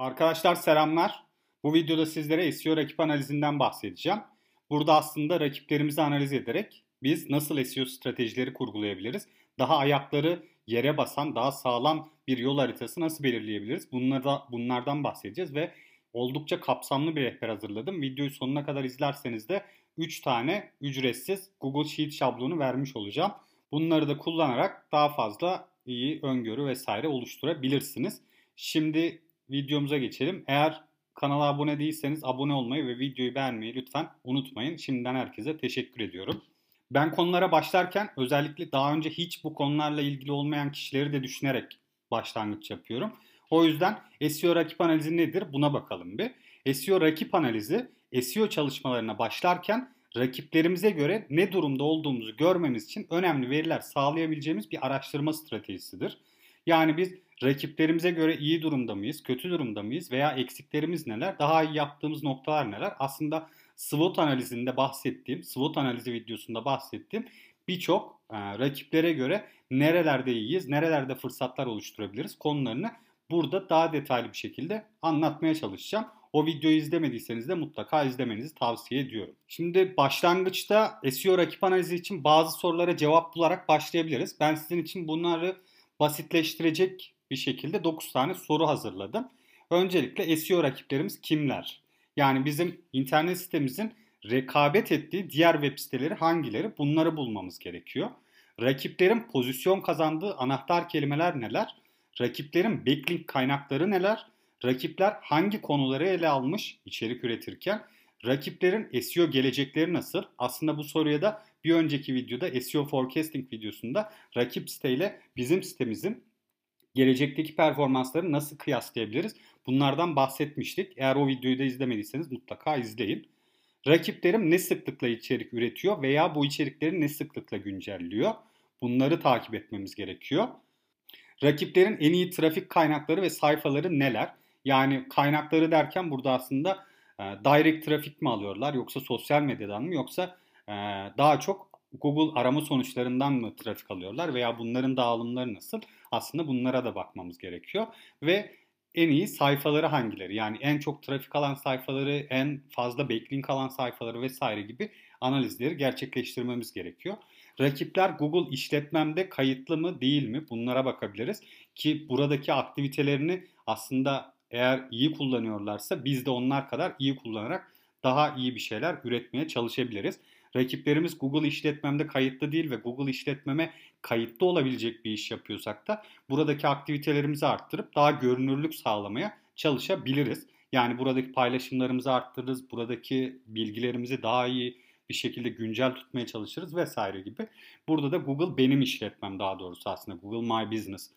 Arkadaşlar selamlar. Bu videoda sizlere SEO rakip analizinden bahsedeceğim. Burada aslında rakiplerimizi analiz ederek biz nasıl SEO stratejileri kurgulayabiliriz? Daha ayakları yere basan, daha sağlam bir yol haritası nasıl belirleyebiliriz? Bunlardan bahsedeceğiz ve oldukça kapsamlı bir rehber hazırladım. Videoyu sonuna kadar izlerseniz de 3 tane ücretsiz Google Sheet şablonu vermiş olacağım. Bunları da kullanarak daha fazla iyi öngörü vesaire oluşturabilirsiniz. Şimdi videomuza geçelim. Eğer kanala abone değilseniz abone olmayı ve videoyu beğenmeyi lütfen unutmayın. Şimdiden herkese teşekkür ediyorum. Ben konulara başlarken özellikle daha önce hiç bu konularla ilgili olmayan kişileri de düşünerek başlangıç yapıyorum. O yüzden SEO rakip analizi nedir? Buna bakalım bir. SEO rakip analizi SEO çalışmalarına başlarken rakiplerimize göre ne durumda olduğumuzu görmemiz için önemli veriler sağlayabileceğimiz bir araştırma stratejisidir. Yani biz rakiplerimize göre iyi durumda mıyız, kötü durumda mıyız veya eksiklerimiz neler, daha iyi yaptığımız noktalar neler? Aslında SWOT analizinde bahsettiğim, SWOT analizi videosunda bahsettiğim birçok rakiplere göre nerelerde iyiyiz, nerelerde fırsatlar oluşturabiliriz konularını burada daha detaylı bir şekilde anlatmaya çalışacağım. O videoyu izlemediyseniz de mutlaka izlemenizi tavsiye ediyorum. Şimdi başlangıçta SEO rakip analizi için bazı sorulara cevap bularak başlayabiliriz. Ben sizin için bunları basitleştirecek bir şekilde 9 tane soru hazırladım. Öncelikle SEO rakiplerimiz kimler? Yani bizim internet sitemizin rekabet ettiği diğer web siteleri hangileri? Bunları bulmamız gerekiyor. Rakiplerin pozisyon kazandığı anahtar kelimeler neler? Rakiplerin backlink kaynakları neler? Rakipler hangi konuları ele almış içerik üretirken? Rakiplerin SEO gelecekleri nasıl? Aslında bu soruya da bir önceki videoda SEO forecasting videosunda rakip siteyle bizim sitemizin gelecekteki performansları nasıl kıyaslayabiliriz? Bunlardan bahsetmiştik. Eğer o videoyu da izlemediyseniz mutlaka izleyin. Rakiplerim ne sıklıkla içerik üretiyor veya bu içerikleri ne sıklıkla güncelliyor? Bunları takip etmemiz gerekiyor. Rakiplerin en iyi trafik kaynakları ve sayfaları neler? Yani kaynakları derken burada aslında direct trafik mi alıyorlar yoksa sosyal medyadan mı yoksa daha çok Google arama sonuçlarından mı trafik alıyorlar veya bunların dağılımları nasıl? Aslında bunlara da bakmamız gerekiyor ve en iyi sayfaları hangileri? Yani en çok trafik alan sayfaları, en fazla backlink alan sayfaları vesaire gibi analizleri gerçekleştirmemiz gerekiyor. Rakipler Google işletmemde kayıtlı mı değil mi? Bunlara bakabiliriz. Ki buradaki aktivitelerini aslında eğer iyi kullanıyorlarsa biz de onlar kadar iyi kullanarak daha iyi bir şeyler üretmeye çalışabiliriz. Rakiplerimiz Google işletmemde kayıtlı değil ve Google işletmeme kayıtlı olabilecek bir iş yapıyorsak da buradaki aktivitelerimizi arttırıp daha görünürlük sağlamaya çalışabiliriz. Yani buradaki paylaşımlarımızı arttırırız, buradaki bilgilerimizi daha iyi bir şekilde güncel tutmaya çalışırız vesaire gibi. Burada da Google benim işletmem daha doğrusu aslında Google My Business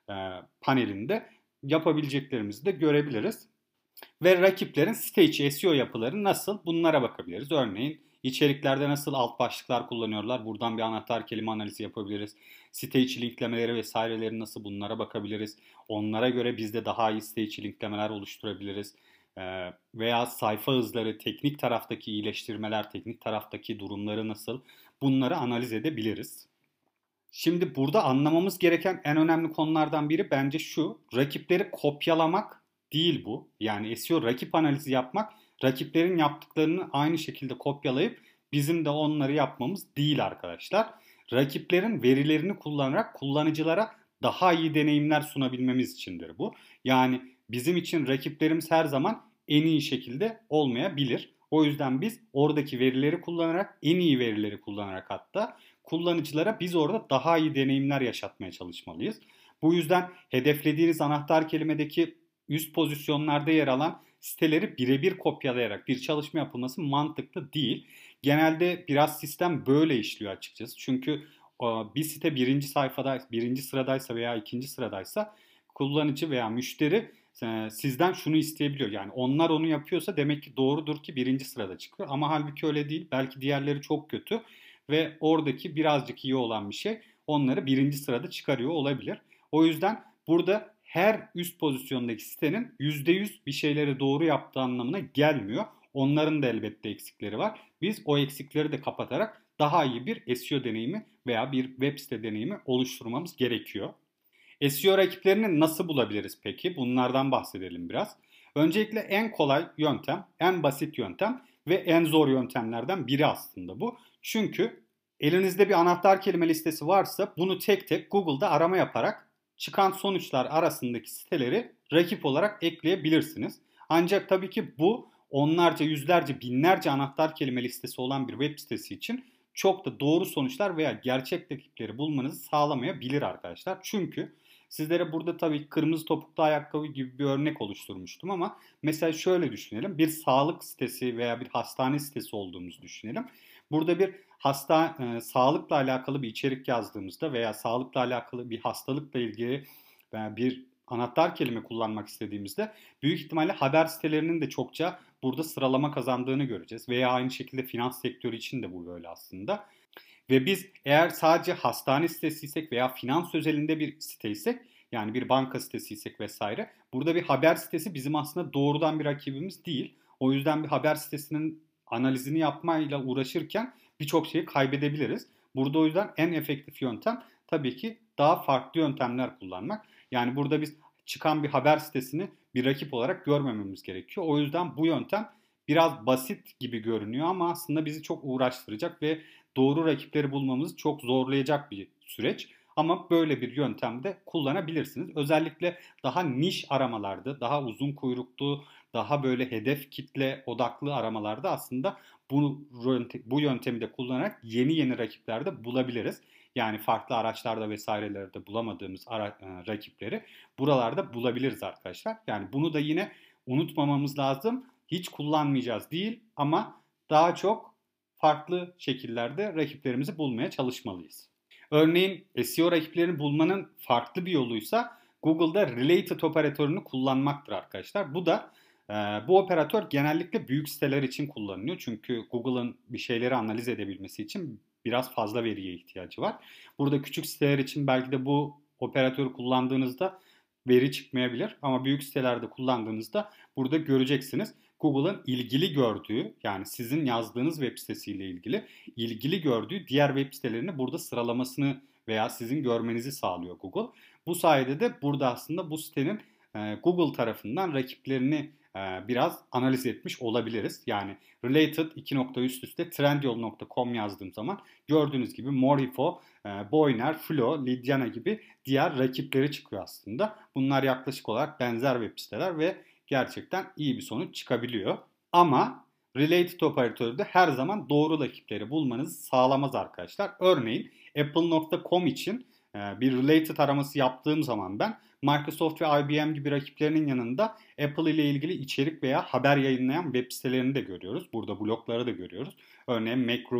panelinde yapabileceklerimizi de görebiliriz. Ve rakiplerin site içi SEO yapıları nasıl? Bunlara bakabiliriz. Örneğin içeriklerde nasıl alt başlıklar kullanıyorlar? Buradan bir anahtar kelime analizi yapabiliriz. Site içi linklemeleri vesaireleri nasıl? Bunlara bakabiliriz. Onlara göre biz de daha iyi site içi linklemeler oluşturabiliriz. Veya sayfa hızları, teknik taraftaki iyileştirmeler, teknik taraftaki durumları nasıl? Bunları analiz edebiliriz. Şimdi burada anlamamız gereken en önemli konulardan biri bence şu. Rakipleri kopyalamak değil bu. Yani SEO rakip analizi yapmak, rakiplerin yaptıklarını aynı şekilde kopyalayıp bizim de onları yapmamız değil arkadaşlar. Rakiplerin verilerini kullanarak kullanıcılara daha iyi deneyimler sunabilmemiz içindir bu. Yani bizim için rakiplerimiz her zaman en iyi şekilde olmayabilir. O yüzden biz oradaki verileri kullanarak, en iyi verileri kullanarak hatta kullanıcılara biz orada daha iyi deneyimler yaşatmaya çalışmalıyız. Bu yüzden hedeflediğiniz anahtar kelimedeki üst pozisyonlarda yer alan siteleri birebir kopyalayarak bir çalışma yapılması mantıklı değil. Genelde biraz sistem böyle işliyor açıkçası. Çünkü bir site birinci sayfada, birinci sıradaysa veya ikinci sıradaysa kullanıcı veya müşteri sizden şunu isteyebiliyor. Yani onlar onu yapıyorsa demek ki doğrudur ki birinci sırada çıkıyor. Ama halbuki öyle değil. Belki diğerleri çok kötü ve oradaki birazcık iyi olan bir şey onları birinci sırada çıkarıyor olabilir. O yüzden burada her üst pozisyondaki sitenin %100 bir şeyleri doğru yaptığı anlamına gelmiyor. Onların da elbette eksikleri var. Biz o eksikleri de kapatarak daha iyi bir SEO deneyimi veya bir web site deneyimi oluşturmamız gerekiyor. SEO rakiplerini nasıl bulabiliriz peki? Bunlardan bahsedelim biraz. Öncelikle en kolay yöntem, en basit yöntem ve en zor yöntemlerden biri aslında bu. Çünkü elinizde bir anahtar kelime listesi varsa bunu tek tek Google'da arama yaparak çıkan sonuçlar arasındaki siteleri rakip olarak ekleyebilirsiniz. Ancak tabii ki bu onlarca, yüzlerce, binlerce anahtar kelime listesi olan bir web sitesi için çok da doğru sonuçlar veya gerçek rakipleri bulmanızı sağlamayabilir arkadaşlar. Çünkü sizlere burada tabii kırmızı topuklu ayakkabı gibi bir örnek oluşturmuştum ama mesela şöyle düşünelim. Bir sağlık sitesi veya bir hastane sitesi olduğumuzu düşünelim. Burada bir sağlıkla alakalı bir içerik yazdığımızda veya sağlıkla alakalı bir hastalıkla ilgili bir anahtar kelime kullanmak istediğimizde büyük ihtimalle haber sitelerinin de çokça burada sıralama kazandığını göreceğiz. Veya aynı şekilde finans sektörü için de bu böyle aslında. Ve biz eğer sadece hastane sitesiysek veya finans özelinde bir siteysek, yani bir banka sitesiysek vesaire, burada bir haber sitesi bizim aslında doğrudan bir rakibimiz değil. O yüzden bir haber sitesinin analizini yapmayla uğraşırken birçok şeyi kaybedebiliriz. Burada o yüzden en efektif yöntem tabii ki daha farklı yöntemler kullanmak. Yani burada biz çıkan bir haber sitesini bir rakip olarak görmememiz gerekiyor. O yüzden bu yöntem biraz basit gibi görünüyor ama aslında bizi çok uğraştıracak ve doğru rakipleri bulmamızı çok zorlayacak bir süreç. Ama böyle bir yöntemde kullanabilirsiniz. Özellikle daha niş aramalarda, daha uzun kuyruklu, daha böyle hedef kitle odaklı aramalarda aslında bu yöntemi de kullanarak yeni rakipler de bulabiliriz. Yani farklı araçlarda vesairelerde bulamadığımız rakipleri buralarda bulabiliriz arkadaşlar. Yani bunu da yine unutmamamız lazım. Hiç kullanmayacağız değil ama daha çok farklı şekillerde rakiplerimizi bulmaya çalışmalıyız. Örneğin SEO rakiplerini bulmanın farklı bir yoluysa Google'da Related operatörünü kullanmaktır arkadaşlar. Bu operatör genellikle büyük siteler için kullanılıyor. Çünkü Google'ın bir şeyleri analiz edebilmesi için biraz fazla veriye ihtiyacı var. Burada küçük siteler için belki de bu operatörü kullandığınızda veri çıkmayabilir. Ama büyük sitelerde kullandığınızda burada göreceksiniz. Google'ın ilgili gördüğü, yani sizin yazdığınız web sitesiyle ilgili gördüğü diğer web sitelerini burada sıralamasını veya sizin görmenizi sağlıyor Google. Bu sayede de burada aslında bu sitenin Google tarafından rakiplerini biraz analiz etmiş olabiliriz. Yani related trendyol.com yazdığım zaman gördüğünüz gibi Morifo, Boyner, Flo, Lidyana gibi diğer rakipleri çıkıyor aslında. Bunlar yaklaşık olarak benzer web siteler ve gerçekten iyi bir sonuç çıkabiliyor. Ama related operatörü de her zaman doğru rakipleri bulmanızı sağlamaz arkadaşlar. Örneğin apple.com için bir related araması yaptığım zaman ben Microsoft ve IBM gibi rakiplerinin yanında Apple ile ilgili içerik veya haber yayınlayan web sitelerini de görüyoruz. Burada blogları da görüyoruz. Örneğin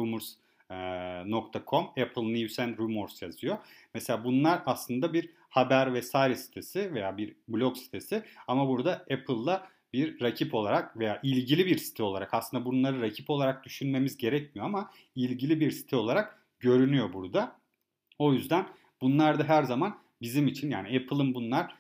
macrumors.com, Apple News and Rumors yazıyor. Mesela bunlar aslında bir haber vesaire sitesi veya bir blog sitesi ama burada Apple'la bir rakip olarak veya ilgili bir site olarak, aslında bunları rakip olarak düşünmemiz gerekmiyor ama ilgili bir site olarak görünüyor burada. O yüzden bunlar da her zaman bizim için, yani Apple'ın bunlar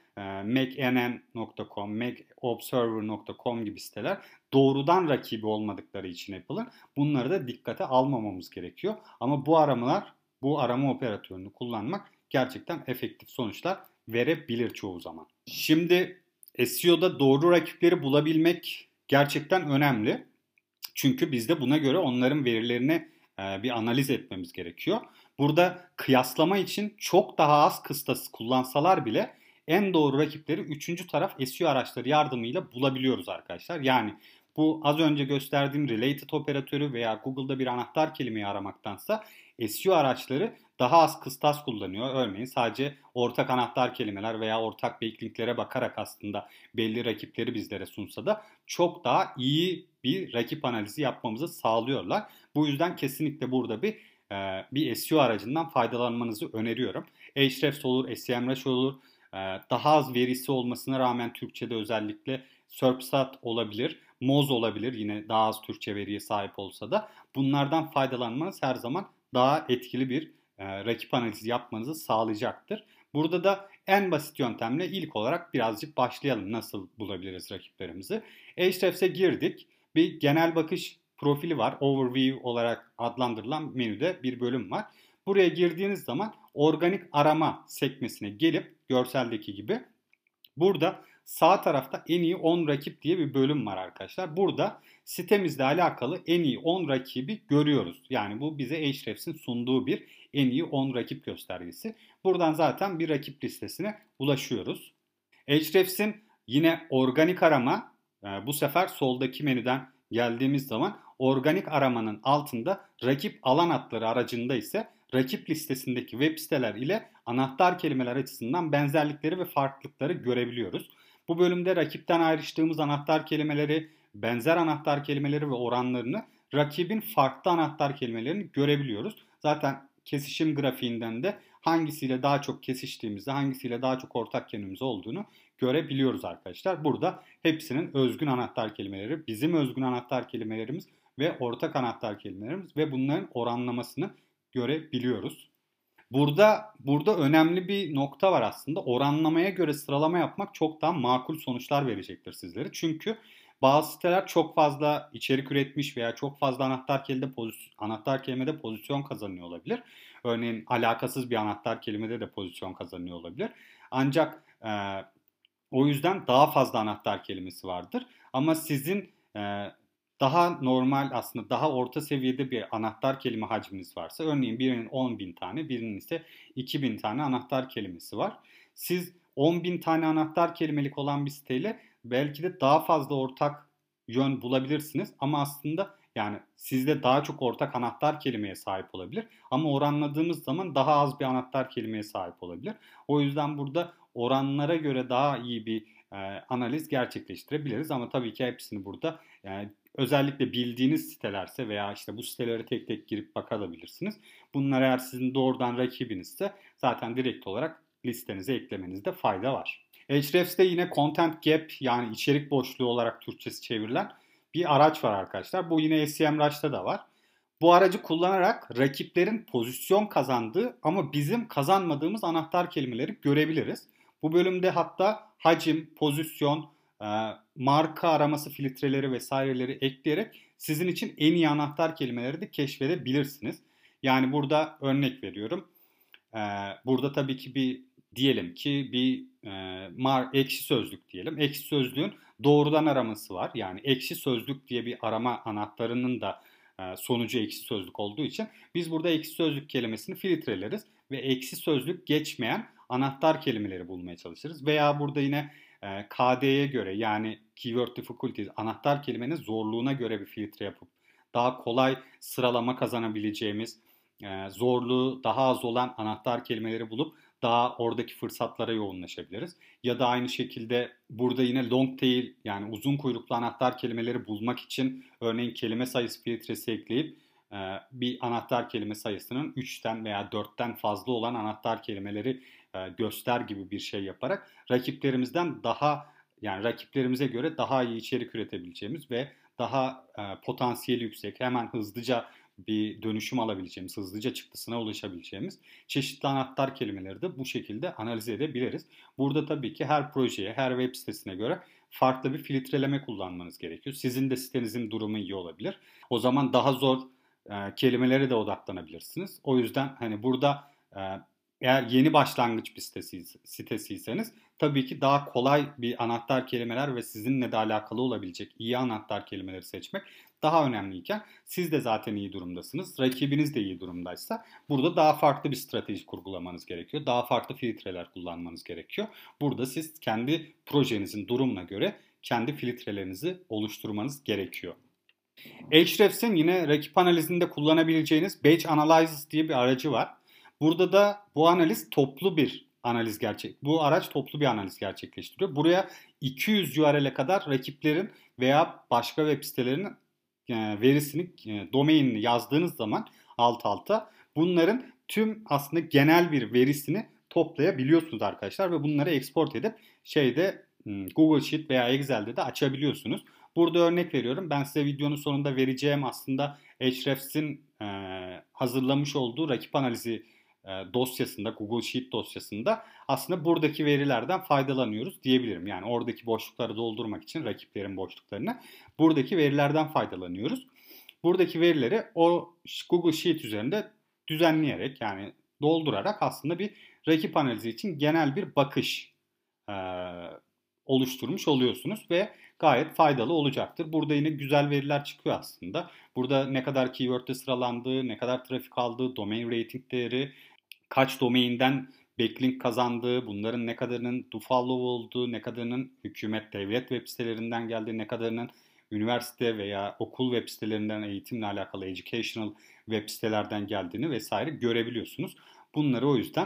macnn.com, macobserver.com gibi siteler doğrudan rakibi olmadıkları için Apple'ın bunları da dikkate almamamız gerekiyor. Ama bu arama operatörünü kullanmak gerçekten efektif sonuçlar verebilir çoğu zaman. Şimdi SEO'da doğru rakipleri bulabilmek gerçekten önemli. Çünkü biz de buna göre onların verilerini bir analiz etmemiz gerekiyor. Burada kıyaslama için çok daha az kıstası kullansalar bile en doğru rakipleri üçüncü taraf SEO araçları yardımıyla bulabiliyoruz arkadaşlar. Yani bu az önce gösterdiğim related operatörü veya Google'da bir anahtar kelimeyi aramaktansa SEO araçları daha az kıstas kullanıyor. Örneğin sadece ortak anahtar kelimeler veya ortak backlinklere bakarak aslında belli rakipleri bizlere sunsa da çok daha iyi bir rakip analizi yapmamızı sağlıyorlar. Bu yüzden kesinlikle burada bir SEO aracından faydalanmanızı öneriyorum. Ahrefs olur, SEMrush olur. Daha az verisi olmasına rağmen Türkçe'de özellikle SERPstat olabilir, Moz olabilir, yine daha az Türkçe veriye sahip olsa da bunlardan faydalanmanız her zaman daha etkili bir rakip analizi yapmanızı sağlayacaktır. Burada da en basit yöntemle ilk olarak birazcık başlayalım. Nasıl bulabiliriz rakiplerimizi? Ahrefs'e girdik. Bir genel bakış profili var. Overview olarak adlandırılan menüde bir bölüm var. Buraya girdiğiniz zaman organik arama sekmesine gelip görseldeki gibi Burada sağ tarafta en iyi 10 rakip diye bir bölüm var arkadaşlar. Burada sitemizle alakalı en iyi 10 rakibi görüyoruz. Yani bu bize Ahrefs'in sunduğu bir en iyi 10 rakip göstergesi. Buradan zaten bir rakip listesine ulaşıyoruz. Ahrefs'in yine organik arama, bu sefer soldaki menüden geldiğimiz zaman organik aramanın altında rakip alan adları aracında ise rakip listesindeki web siteler ile anahtar kelimeler açısından benzerlikleri ve farklılıkları görebiliyoruz. Bu bölümde rakipten ayrıştığımız anahtar kelimeleri, benzer anahtar kelimeleri ve oranlarını, rakibin farklı anahtar kelimelerini görebiliyoruz. Zaten kesişim grafiğinden de hangisiyle daha çok kesiştiğimizde, hangisiyle daha çok ortak kelimemiz olduğunu görebiliyoruz arkadaşlar. Burada hepsinin özgün anahtar kelimeleri, bizim özgün anahtar kelimelerimiz ve ortak anahtar kelimelerimiz ve bunların oranlamasını görebiliyoruz. Burada önemli bir nokta var aslında. Oranlamaya göre sıralama yapmak çok daha makul sonuçlar verecektir sizlere. Çünkü bazı siteler çok fazla içerik üretmiş veya çok fazla anahtar kelimede pozisyon kazanıyor olabilir. Örneğin alakasız bir anahtar kelimede de pozisyon kazanıyor olabilir. Ancak o yüzden daha fazla anahtar kelimesi vardır. Ama sizin daha normal, aslında daha orta seviyede bir anahtar kelime hacminiz varsa, örneğin birinin 10.000 tane, birinin ise 2.000 tane anahtar kelimesi var. Siz 10.000 tane anahtar kelimelik olan bir siteyle belki de daha fazla ortak yön bulabilirsiniz. Ama aslında yani sizde daha çok ortak anahtar kelimeye sahip olabilir. Ama oranladığımız zaman daha az bir anahtar kelimeye sahip olabilir. O yüzden burada oranlara göre daha iyi bir analiz gerçekleştirebiliriz. Ama tabii ki hepsini burada özellikle bildiğiniz sitelerse veya işte bu sitelere tek tek girip bakabilirsiniz. Bunlar eğer sizin doğrudan rakibinizse zaten direkt olarak listenize eklemenizde fayda var. Ahrefs'te yine Content Gap, yani içerik boşluğu olarak Türkçesi çevrilen bir araç var arkadaşlar. Bu yine SEMrush'ta da var. Bu aracı kullanarak rakiplerin pozisyon kazandığı ama bizim kazanmadığımız anahtar kelimeleri görebiliriz. Bu bölümde hatta hacim, pozisyon, marka araması filtreleri vesaireleri ekleyerek sizin için en iyi anahtar kelimeleri de keşfedebilirsiniz. Yani burada örnek veriyorum. Burada tabii ki diyelim ki ekşi sözlük diyelim. Ekşi sözlüğün doğrudan araması var. Yani ekşi sözlük diye bir arama anahtarının da sonucu ekşi sözlük olduğu için biz burada ekşi sözlük kelimesini filtreleriz ve ekşi sözlük geçmeyen anahtar kelimeleri bulmaya çalışırız. Veya burada yine KD'ye göre, yani Keyword Difficulties, anahtar kelimenin zorluğuna göre bir filtre yapıp daha kolay sıralama kazanabileceğimiz, zorluğu daha az olan anahtar kelimeleri bulup daha oradaki fırsatlara yoğunlaşabiliriz. Ya da aynı şekilde burada yine long tail, yani uzun kuyruklu anahtar kelimeleri bulmak için örneğin kelime sayısı filtresi ekleyip bir anahtar kelime sayısının 3'ten veya 4'ten fazla olan anahtar kelimeleri göster gibi bir şey yaparak rakiplerimize göre daha iyi içerik üretebileceğimiz ve daha potansiyeli yüksek, hemen hızlıca bir dönüşüm alabileceğimiz, hızlıca çıktısına ulaşabileceğimiz çeşitli anahtar kelimeleri de bu şekilde analiz edebiliriz. Burada tabii ki her projeye, her web sitesine göre farklı bir filtreleme kullanmanız gerekiyor. Sizin de sitenizin durumu iyi olabilir. O zaman daha zor kelimelere de odaklanabilirsiniz. O yüzden hani burada eğer yeni başlangıç bir sitesiyseniz tabii ki daha kolay bir anahtar kelimeler ve sizinle de alakalı olabilecek iyi anahtar kelimeleri seçmek daha önemliyken, siz de zaten iyi durumdasınız, rakibiniz de iyi durumdaysa burada daha farklı bir strateji kurgulamanız gerekiyor. Daha farklı filtreler kullanmanız gerekiyor. Burada siz kendi projenizin durumuna göre kendi filtrelerinizi oluşturmanız gerekiyor. Ahrefs'in yine rakip analizinde kullanabileceğiniz Batch Analysis diye bir aracı var. Burada da bu araç toplu bir analiz gerçekleştiriyor. Buraya 200 URL'e kadar rakiplerin veya başka web sitelerinin verisini, domainini yazdığınız zaman alt alta bunların tüm aslında genel bir verisini toplayabiliyorsunuz arkadaşlar ve bunları export edip Google Sheet veya Excel'de de açabiliyorsunuz. Burada örnek veriyorum. Ben size videonun sonunda vereceğim aslında Ahrefs'in hazırlamış olduğu rakip analizi dosyasında, Google Sheet dosyasında aslında buradaki verilerden faydalanıyoruz diyebilirim. Yani oradaki boşlukları doldurmak için, rakiplerin boşluklarını, buradaki verilerden faydalanıyoruz. Buradaki verileri o Google Sheet üzerinde düzenleyerek, yani doldurarak aslında bir rakip analizi için genel bir bakış oluşturmuş oluyorsunuz ve gayet faydalı olacaktır. Burada yine güzel veriler çıkıyor aslında. Burada ne kadar keyword'de sıralandığı, ne kadar trafik aldığı, domain rating değeri, kaç domainden backlink kazandığı, bunların ne kadarının do-follow olduğu, ne kadarının hükümet, devlet web sitelerinden geldiği, ne kadarının üniversite veya okul web sitelerinden eğitimle alakalı educational web sitelerden geldiğini vesaire görebiliyorsunuz. Bunları o yüzden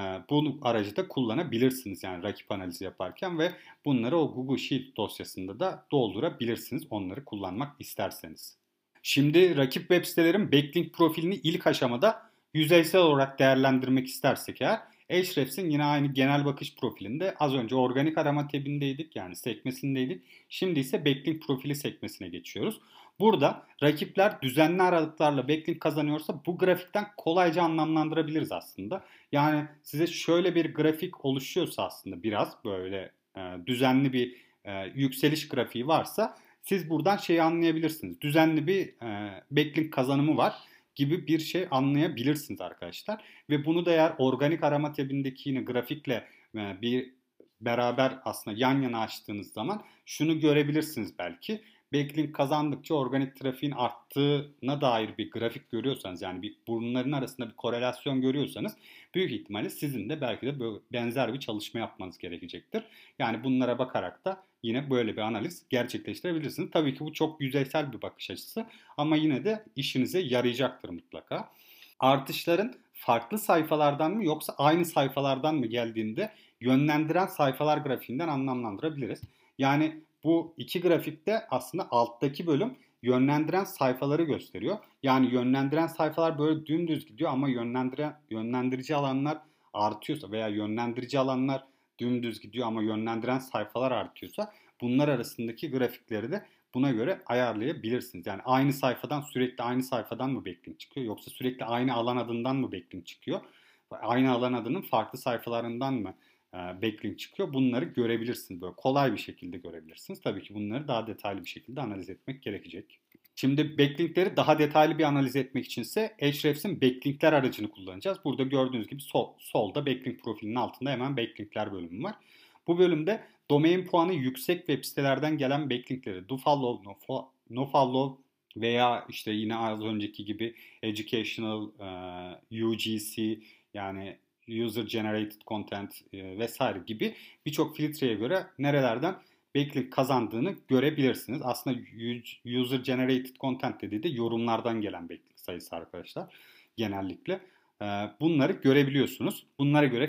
bu aracı da kullanabilirsiniz yani rakip analizi yaparken ve bunları o Google Sheet dosyasında da doldurabilirsiniz onları kullanmak isterseniz. Şimdi rakip web sitelerin backlink profilini ilk aşamada yüzeysel olarak değerlendirmek istersek eğer Ahrefs'in yine aynı genel bakış profilinde az önce organik arama tabindeydik yani sekmesindeydik. Şimdi ise backlink profili sekmesine geçiyoruz. Burada rakipler düzenli aralıklarla backlink kazanıyorsa bu grafikten kolayca anlamlandırabiliriz aslında. Yani size şöyle bir grafik oluşuyorsa aslında biraz böyle düzenli bir yükseliş grafiği varsa siz buradan şeyi anlayabilirsiniz. Düzenli bir backlink kazanımı var gibi bir şey anlayabilirsiniz arkadaşlar. Ve bunu da eğer organik arama tabindeki yine grafikle bir beraber aslında yan yana açtığınız zaman şunu görebilirsiniz belki. Backlink kazandıkça organik trafiğin arttığına dair bir grafik görüyorsanız yani bunların arasında bir korelasyon görüyorsanız büyük ihtimalle sizin de belki de benzer bir çalışma yapmanız gerekecektir. Yani bunlara bakarak da yine böyle bir analiz gerçekleştirebilirsiniz. Tabii ki bu çok yüzeysel bir bakış açısı ama yine de işinize yarayacaktır mutlaka. Artışların farklı sayfalardan mı yoksa aynı sayfalardan mı geldiğinde yönlendiren sayfalar grafiğinden anlamlandırabiliriz. Yani bu iki grafikte aslında alttaki bölüm yönlendiren sayfaları gösteriyor. Yani yönlendiren sayfalar böyle dümdüz gidiyor ama yönlendirici alanlar artıyorsa veya yönlendirici alanlar dümdüz gidiyor ama yönlendiren sayfalar artıyorsa bunlar arasındaki grafikleri de buna göre ayarlayabilirsiniz. Yani aynı sayfadan sürekli aynı sayfadan mı backlink çıkıyor yoksa sürekli aynı alan adından mı backlink çıkıyor? Aynı alan adının farklı sayfalarından mı backlink çıkıyor? Bunları görebilirsiniz. Böyle kolay bir şekilde görebilirsiniz. Tabii ki bunları daha detaylı bir şekilde analiz etmek gerekecek. Şimdi backlinkleri daha detaylı bir analiz etmek içinse Ahrefs'in backlinkler aracını kullanacağız. Burada gördüğünüz gibi solda backlink profilinin altında hemen backlinkler bölümü var. Bu bölümde domain puanı yüksek web sitelerden gelen backlinkleri dofollow, nofollow veya işte yine az önceki gibi educational, UGC yani user generated content vesaire gibi birçok filtreye göre nerelerden backlink kazandığını görebilirsiniz. Aslında user generated content dediği de yorumlardan gelen backlink sayısı arkadaşlar genellikle. Bunları görebiliyorsunuz. Bunlara göre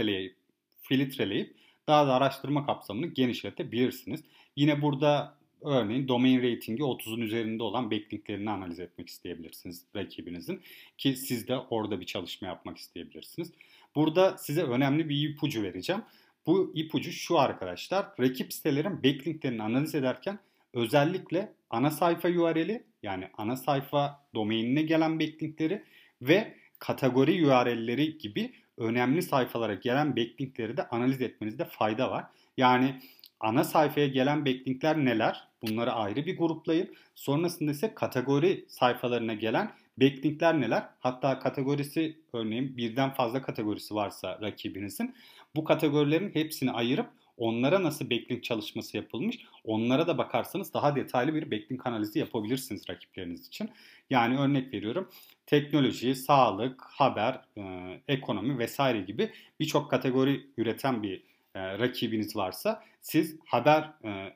filtreleyip daha da araştırma kapsamını genişletebilirsiniz. Yine burada örneğin domain ratingi 30'un üzerinde olan backlinklerini analiz etmek isteyebilirsiniz rakibinizin ki siz de orada bir çalışma yapmak isteyebilirsiniz. Burada size önemli bir ipucu vereceğim. Bu ipucu şu arkadaşlar. Rakip sitelerin backlinklerini analiz ederken özellikle ana sayfa URL'i yani ana sayfa domainine gelen backlinkleri ve kategori URL'leri gibi önemli sayfalara gelen backlinkleri de analiz etmenizde fayda var. Yani ana sayfaya gelen backlinkler neler? Bunları ayrı bir gruplayın. Sonrasında ise kategori sayfalarına gelen backlinkler neler? Hatta kategorisi örneğin birden fazla kategorisi varsa rakibinizin bu kategorilerin hepsini ayırıp onlara nasıl backlink çalışması yapılmış onlara da bakarsanız daha detaylı bir backlink analizi yapabilirsiniz rakipleriniz için. Yani örnek veriyorum teknoloji, sağlık, haber, ekonomi vesaire gibi birçok kategori üreten bir rakibiniz varsa siz haber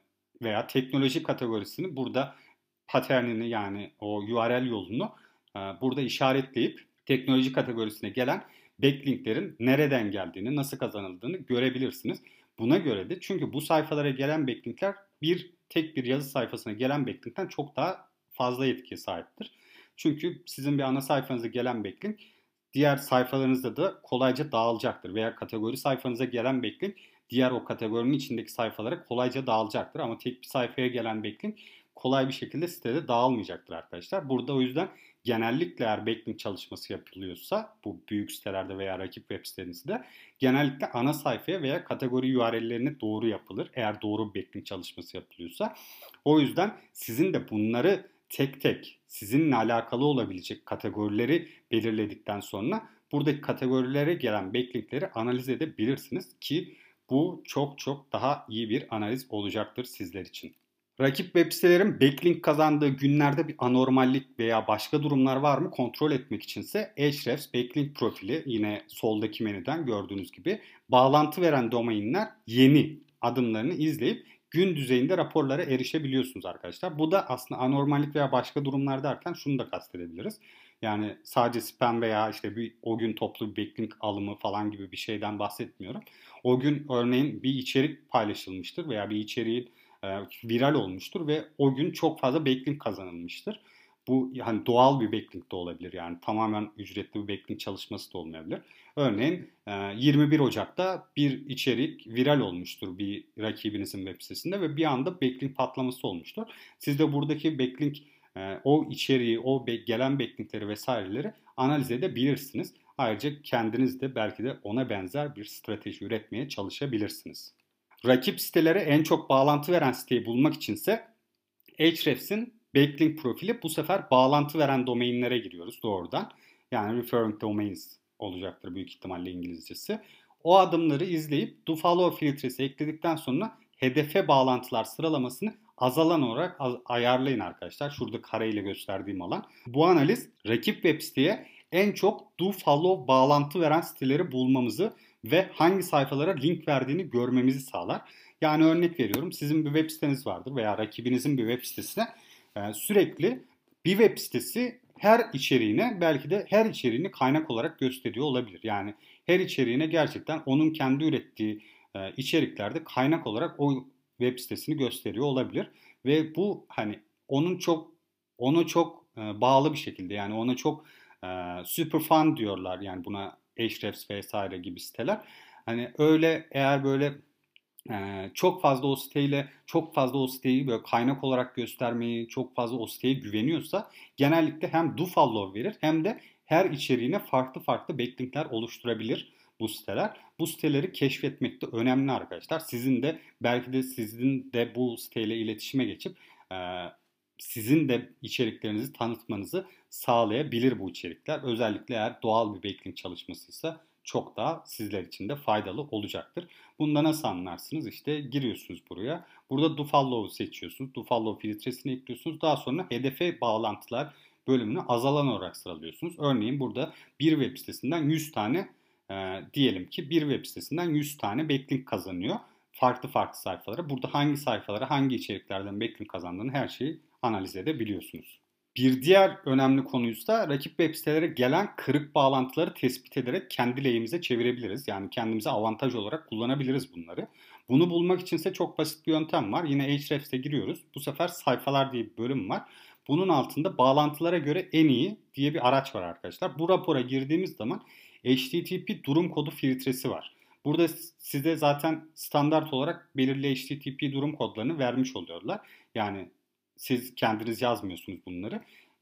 veya teknoloji kategorisini burada paternini yani o URL yolunu burada işaretleyip teknoloji kategorisine gelen backlinklerin nereden geldiğini, nasıl kazanıldığını görebilirsiniz. Buna göre de çünkü bu sayfalara gelen backlinkler tek bir yazı sayfasına gelen backlinkten çok daha fazla etkiye sahiptir. Çünkü sizin bir ana sayfanıza gelen backlink diğer sayfalarınızda da kolayca dağılacaktır. Veya kategori sayfanıza gelen backlink diğer o kategorinin içindeki sayfalara kolayca dağılacaktır. Ama tek bir sayfaya gelen backlink kolay bir şekilde sitede dağılmayacaktır arkadaşlar. Burada o yüzden genellikle eğer backlink çalışması yapılıyorsa bu büyük sitelerde veya rakip web sitenizde genellikle ana sayfaya veya kategori URL'lerine doğru yapılır. Eğer doğru bir backlink çalışması yapılıyorsa. O yüzden sizin de bunları tek tek sizinle alakalı olabilecek kategorileri belirledikten sonra buradaki kategorilere gelen backlinkleri analiz edebilirsiniz ki Bu çok çok daha iyi bir analiz olacaktır sizler için. Rakip web sitelerin backlink kazandığı günlerde bir anormallik veya başka durumlar var mı kontrol etmek içinse Ahrefs backlink profili, yine soldaki menüden gördüğünüz gibi, bağlantı veren domainler yeni adımlarını izleyip gün düzeyinde raporlara erişebiliyorsunuz arkadaşlar. Bu da aslında anormallik veya başka durumlar derken şunu da kastedebiliriz. Yani sadece spam veya işte o gün toplu bir backlink alımı falan gibi bir şeyden bahsetmiyorum. O gün örneğin bir içerik paylaşılmıştır veya bir içeriğin viral olmuştur ve o gün çok fazla backlink kazanılmıştır. Bu hani doğal bir backlink de olabilir, yani tamamen ücretli bir backlink çalışması da olmayabilir. Örneğin 21 Ocak'ta bir içerik viral olmuştur bir rakibinizin web sitesinde ve bir anda backlink patlaması olmuştur. Siz de buradaki backlink, o içeriği, o gelen backlinkleri vesaireleri analiz edebilirsiniz. Ayrıca kendiniz de belki de ona benzer bir strateji üretmeye çalışabilirsiniz. Rakip sitelere en çok bağlantı veren siteyi bulmak içinse Ahrefs'in backlink profili, bu sefer bağlantı veren domainlere giriyoruz doğrudan. Yani referring domains olacaktır büyük ihtimalle İngilizcesi. O adımları izleyip dofollow filtresi ekledikten sonra hedefe bağlantılar sıralamasını azalan olarak ayarlayın arkadaşlar. Şurada kareyle gösterdiğim alan. Bu analiz rakip web siteye en çok dofollow bağlantı veren siteleri bulmamızı ve hangi sayfalara link verdiğini görmemizi sağlar. Yani örnek veriyorum, sizin bir web siteniz vardır veya rakibinizin bir web sitesine sürekli bir web sitesi her içeriğine, belki de her içeriğini kaynak olarak gösteriyor olabilir. Yani her içeriğine gerçekten onun kendi ürettiği içeriklerde kaynak olarak o web sitesini gösteriyor olabilir. Ve bu hani onu çok bağlı bir şekilde, yani ona çok super fan diyorlar yani buna, Ahrefs vesaire gibi siteler. Hani öyle, eğer böyle çok fazla o siteyi böyle kaynak olarak göstermeyi, çok fazla o siteye güveniyorsa genellikle hem dofollow verir hem de her içeriğine farklı farklı backlinkler oluşturabilir bu siteler. Bu siteleri keşfetmek de önemli arkadaşlar. Sizin de bu siteyle iletişime geçip e, sizin de içeriklerinizi tanıtmanızı sağlayabilir bu içerikler. Özellikle eğer doğal bir backlink çalışmasıysa çok daha sizler için de faydalı olacaktır. Bunda nasıl anlarsınız? İşte giriyorsunuz buraya. Burada dofollow'u seçiyorsunuz. Dofollow filtresini ekliyorsunuz. Daha sonra hedefe bağlantılar bölümünü azalan olarak sıralıyorsunuz. Örneğin burada bir web sitesinden 100 tane diyelim ki bir web sitesinden 100 tane backlink kazanıyor. Farklı farklı sayfalara. Burada hangi sayfalara, hangi içeriklerden backlink kazandığını, her şeyi analiz edebiliyorsunuz. Bir diğer önemli konuysa rakip web sitelere gelen kırık bağlantıları tespit ederek kendi lehimize çevirebiliriz. Yani kendimize avantaj olarak kullanabiliriz bunları. Bunu bulmak içinse çok basit bir yöntem var. Yine Ahrefs'e giriyoruz. Bu sefer sayfalar diye bir bölüm var. Bunun altında bağlantılara göre en iyi diye bir araç var arkadaşlar. Bu rapora girdiğimiz zaman HTTP durum kodu filtresi var. Burada size zaten standart olarak belirli HTTP durum kodlarını vermiş oluyorlar. Yani siz kendiniz yazmıyorsunuz bunları.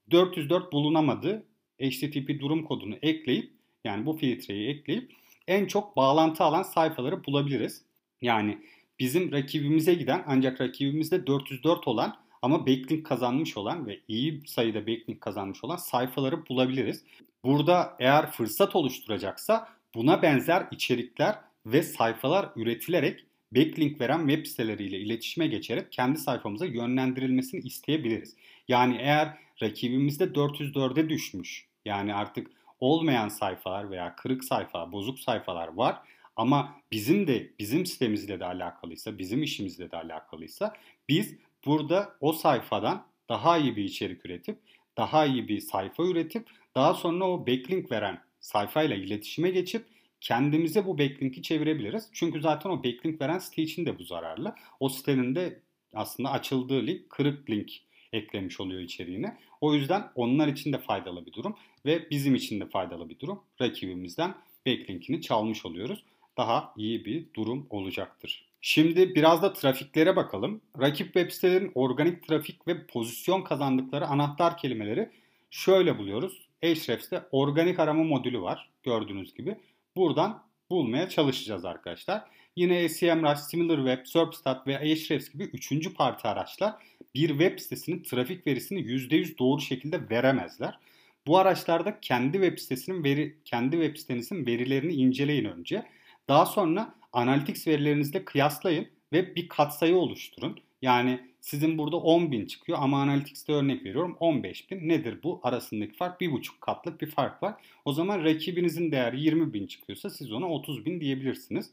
404 bulunamadı HTTP durum kodunu ekleyip, yani bu filtreyi ekleyip en çok bağlantı alan sayfaları bulabiliriz. Yani bizim rakibimize giden ancak rakibimizde 404 olan ama backlink kazanmış olan ve iyi sayıda backlink kazanmış olan sayfaları bulabiliriz. Burada eğer fırsat oluşturacaksa buna benzer içerikler ve sayfalar üretilerek backlink veren web siteleriyle iletişime geçerek kendi sayfamıza yönlendirilmesini isteyebiliriz. Yani eğer rakibimizde 404'e düşmüş, yani artık olmayan sayfalar veya kırık sayfa, bozuk sayfalar var ama bizim sitemizle de alakalıysa, bizim işimizle de alakalıysa biz burada o sayfadan daha iyi bir içerik üretip, daha iyi bir sayfa üretip, daha sonra o backlink veren sayfayla iletişime geçip kendimize bu backlink'i çevirebiliriz. Çünkü zaten o backlink veren site için de bu zararlı. O sitenin de aslında açıldığı link kırık link eklemiş oluyor içeriğine. O yüzden onlar için de faydalı bir durum ve bizim için de faydalı bir durum. Rakibimizden backlink'ini çalmış oluyoruz. Daha iyi bir durum olacaktır. Şimdi biraz da trafiklere bakalım. Rakip web sitelerin organik trafik ve pozisyon kazandıkları anahtar kelimeleri şöyle buluyoruz. Ahrefs'te organik arama modülü var gördüğünüz gibi. Buradan bulmaya çalışacağız arkadaşlar. Yine SEMrush, SimilarWeb, SERPstat ve Ahrefs gibi üçüncü parti araçlar bir web sitesinin trafik verisini %100 doğru şekilde veremezler. Bu araçlarda kendi web sitenizin verilerini inceleyin önce. Daha sonra Analytics verilerinizle kıyaslayın ve bir katsayı oluşturun. Yani sizin burada 10.000 çıkıyor ama Analytics'te örnek veriyorum 15.000. Nedir bu? Arasındaki fark 1,5 katlık bir fark var. O zaman rakibinizin değeri 20.000 çıkıyorsa siz ona 30.000 diyebilirsiniz.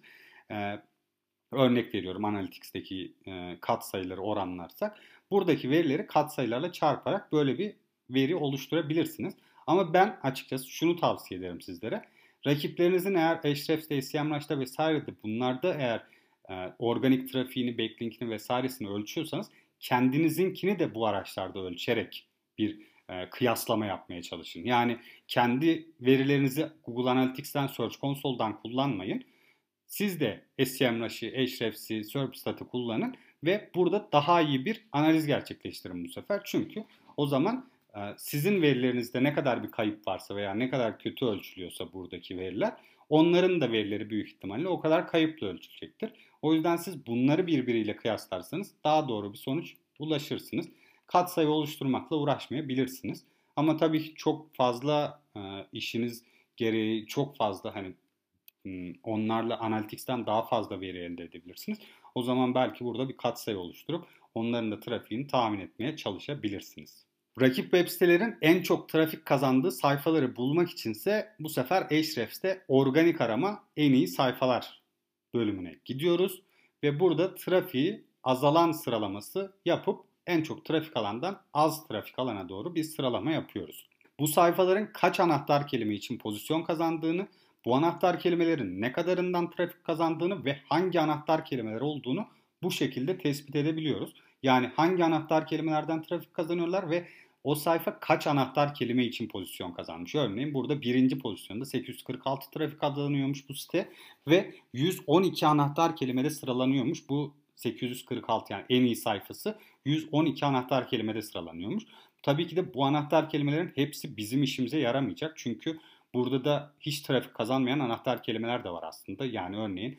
Örnek veriyorum Analytics'teki katsayıları oranlarsak. Buradaki verileri katsayılarla çarparak böyle bir veri oluşturabilirsiniz. Ama ben açıkçası şunu tavsiye ederim sizlere. Rakiplerinizin eğer Ahrefs'te, SEMrush'ta vesairede bunlarda eğer organik trafiğini, backlinkini vesairesini ölçüyorsanız kendinizinkini de bu araçlarda ölçerek bir kıyaslama yapmaya çalışın. Yani kendi verilerinizi Google Analytics'ten, Search Console'dan kullanmayın. Siz de SEMrush'ı, Ahrefs'i, SERPstat'ı kullanın ve burada daha iyi bir analiz gerçekleştirin bu sefer. Çünkü o zaman sizin verilerinizde ne kadar bir kayıp varsa veya ne kadar kötü ölçülüyorsa buradaki veriler, onların da verileri büyük ihtimalle o kadar kayıpla ölçülecektir. O yüzden siz bunları birbiriyle kıyaslarsanız daha doğru bir sonuç ulaşırsınız. Katsayı oluşturmakla uğraşmayabilirsiniz. Ama tabii ki çok fazla işiniz gereği çok fazla hani onlarla Analytics'ten daha fazla veri elde edebilirsiniz. O zaman belki burada bir katsayı oluşturup onların da trafiğini tahmin etmeye çalışabilirsiniz. Rakip web sitelerin en çok trafik kazandığı sayfaları bulmak içinse bu sefer Ahrefs'te organik arama en iyi sayfalar bölümüne gidiyoruz ve burada trafiği azalan sıralaması yapıp en çok trafik alandan az trafik alana doğru bir sıralama yapıyoruz. Bu sayfaların kaç anahtar kelime için pozisyon kazandığını, bu anahtar kelimelerin ne kadarından trafik kazandığını ve hangi anahtar kelimeler olduğunu bu şekilde tespit edebiliyoruz. Yani hangi anahtar kelimelerden trafik kazanıyorlar ve o sayfa kaç anahtar kelime için pozisyon kazanmış. Örneğin burada birinci pozisyonda 846 trafik kazanıyormuş bu site ve 112 anahtar kelimede sıralanıyormuş. Bu 846 yani en iyi sayfası 112 anahtar kelimede sıralanıyormuş. Tabii ki de bu anahtar kelimelerin hepsi bizim işimize yaramayacak. Çünkü burada da hiç trafik kazanmayan anahtar kelimeler de var aslında. Yani örneğin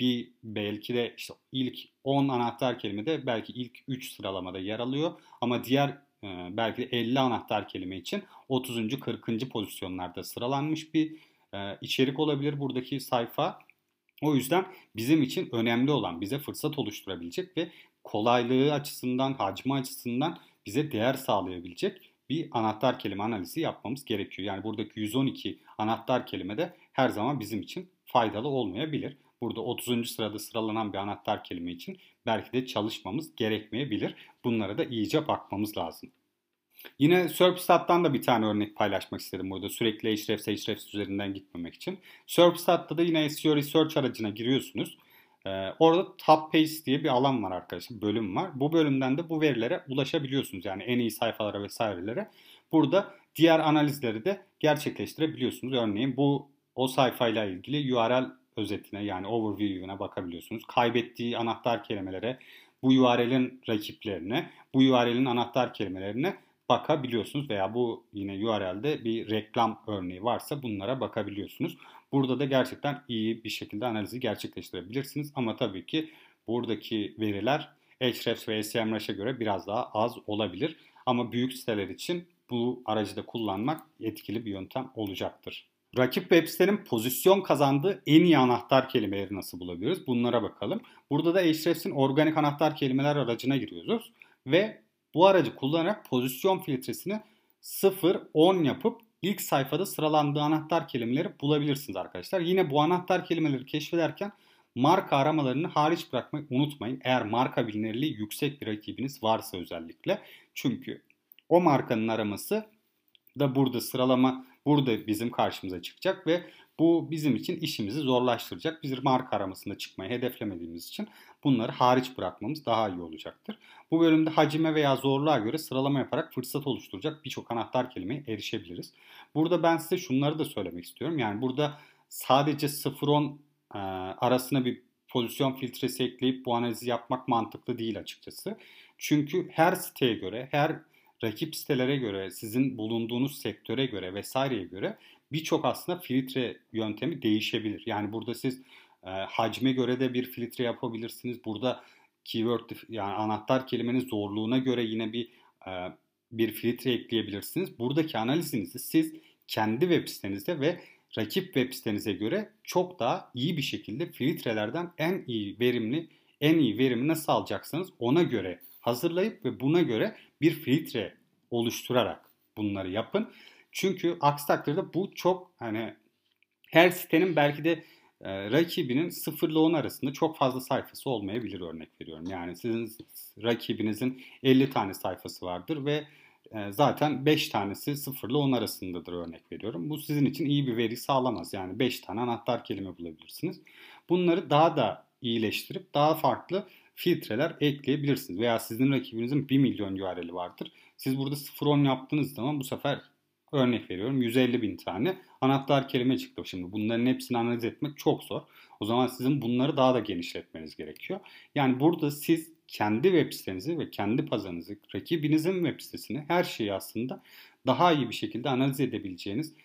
belki de işte ilk 10 anahtar kelimede belki ilk 3 sıralamada yer alıyor. Ama diğer belki de 50 anahtar kelime için 30. 40. pozisyonlarda sıralanmış bir içerik olabilir buradaki sayfa. O yüzden bizim için önemli olan bize fırsat oluşturabilecek ve kolaylığı açısından, hacmi açısından bize değer sağlayabilecek bir anahtar kelime analizi yapmamız gerekiyor. Yani buradaki 112 anahtar kelime de her zaman bizim için faydalı olmayabilir. Burada 30. sırada sıralanan bir anahtar kelime için belki de çalışmamız gerekmeyebilir. Bunlara da iyice bakmamız lazım. Yine SERPstat'tan da bir tane örnek paylaşmak istedim burada. Sürekli Ahrefs üzerinden gitmemek için. SERPstat'ta da yine SEO Research aracına giriyorsunuz. Orada Top Page diye bir alan var arkadaşlar. Bölüm var. Bu bölümden de bu verilere ulaşabiliyorsunuz. Yani en iyi sayfalara vesairelere. Burada diğer analizleri de gerçekleştirebiliyorsunuz. Örneğin o sayfayla ilgili URL özetine yani overview'ine bakabiliyorsunuz. Kaybettiği anahtar kelimelere, bu URL'in rakiplerine, bu URL'in anahtar kelimelerine bakabiliyorsunuz veya bu yine URL'de bir reklam örneği varsa bunlara bakabiliyorsunuz. Burada da gerçekten iyi bir şekilde analizi gerçekleştirebilirsiniz ama tabii ki buradaki veriler Ahrefs ve SEMrush'a göre biraz daha az olabilir. Ama büyük siteler için bu aracı da kullanmak etkili bir yöntem olacaktır. Rakip web sitenin pozisyon kazandığı en iyi anahtar kelimeleri nasıl bulabiliriz? Bunlara bakalım. Burada da Ahrefs'in organik anahtar kelimeler aracına giriyoruz ve bu aracı kullanarak pozisyon filtresini 0-10 yapıp ilk sayfada sıralandığı anahtar kelimeleri bulabilirsiniz arkadaşlar. Yine bu anahtar kelimeleri keşfederken marka aramalarını hariç bırakmayı unutmayın. Eğer marka bilinirliği yüksek bir rakibiniz varsa özellikle. Çünkü o markanın araması da burada bizim karşımıza çıkacak ve bu bizim için işimizi zorlaştıracak. Biz marka aramasında çıkmayı hedeflemediğimiz için bunları hariç bırakmamız daha iyi olacaktır. Bu bölümde hacime veya zorluğa göre sıralama yaparak fırsat oluşturacak birçok anahtar kelimeye erişebiliriz. Burada ben size şunları da söylemek istiyorum. Yani burada sadece 0-10 arasına bir pozisyon filtresi ekleyip bu analizi yapmak mantıklı değil açıkçası. Çünkü her siteye göre, her rakip sitelere göre, sizin bulunduğunuz sektöre göre vesaireye göre birçok aslında filtre yöntemi değişebilir. Yani burada siz hacme göre de bir filtre yapabilirsiniz. Burada keyword yani anahtar kelimenin zorluğuna göre yine bir filtre ekleyebilirsiniz. Buradaki analizinizi siz kendi web sitenizde ve rakip web sitenize göre çok daha iyi bir şekilde filtrelerden en iyi verimi nasıl alacaksınız ona göre hazırlayıp ve buna göre bir filtre oluşturarak bunları yapın. Çünkü aksi takdirde bu çok hani her sitenin belki de rakibinin 0 ile 10 arasında çok fazla sayfası olmayabilir, örnek veriyorum. Yani sizin rakibinizin 50 tane sayfası vardır ve zaten 5 tanesi 0 ile 10 arasındadır, örnek veriyorum. Bu sizin için iyi bir veri sağlamaz. Yani 5 tane anahtar kelime bulabilirsiniz. Bunları daha da iyileştirip daha farklı filtreler ekleyebilirsiniz. Veya sizin rakibinizin 1 milyon URL'i vardır. Siz burada 0-10 yaptığınız zaman bu sefer, örnek veriyorum, 150 bin tane anahtar kelime çıktı. Şimdi bunların hepsini analiz etmek çok zor. O zaman sizin bunları daha da genişletmeniz gerekiyor. Yani burada siz kendi web sitenizi ve kendi pazarınızı, rakibinizin web sitesini, her şeyi aslında daha iyi bir şekilde analiz edebileceğiniz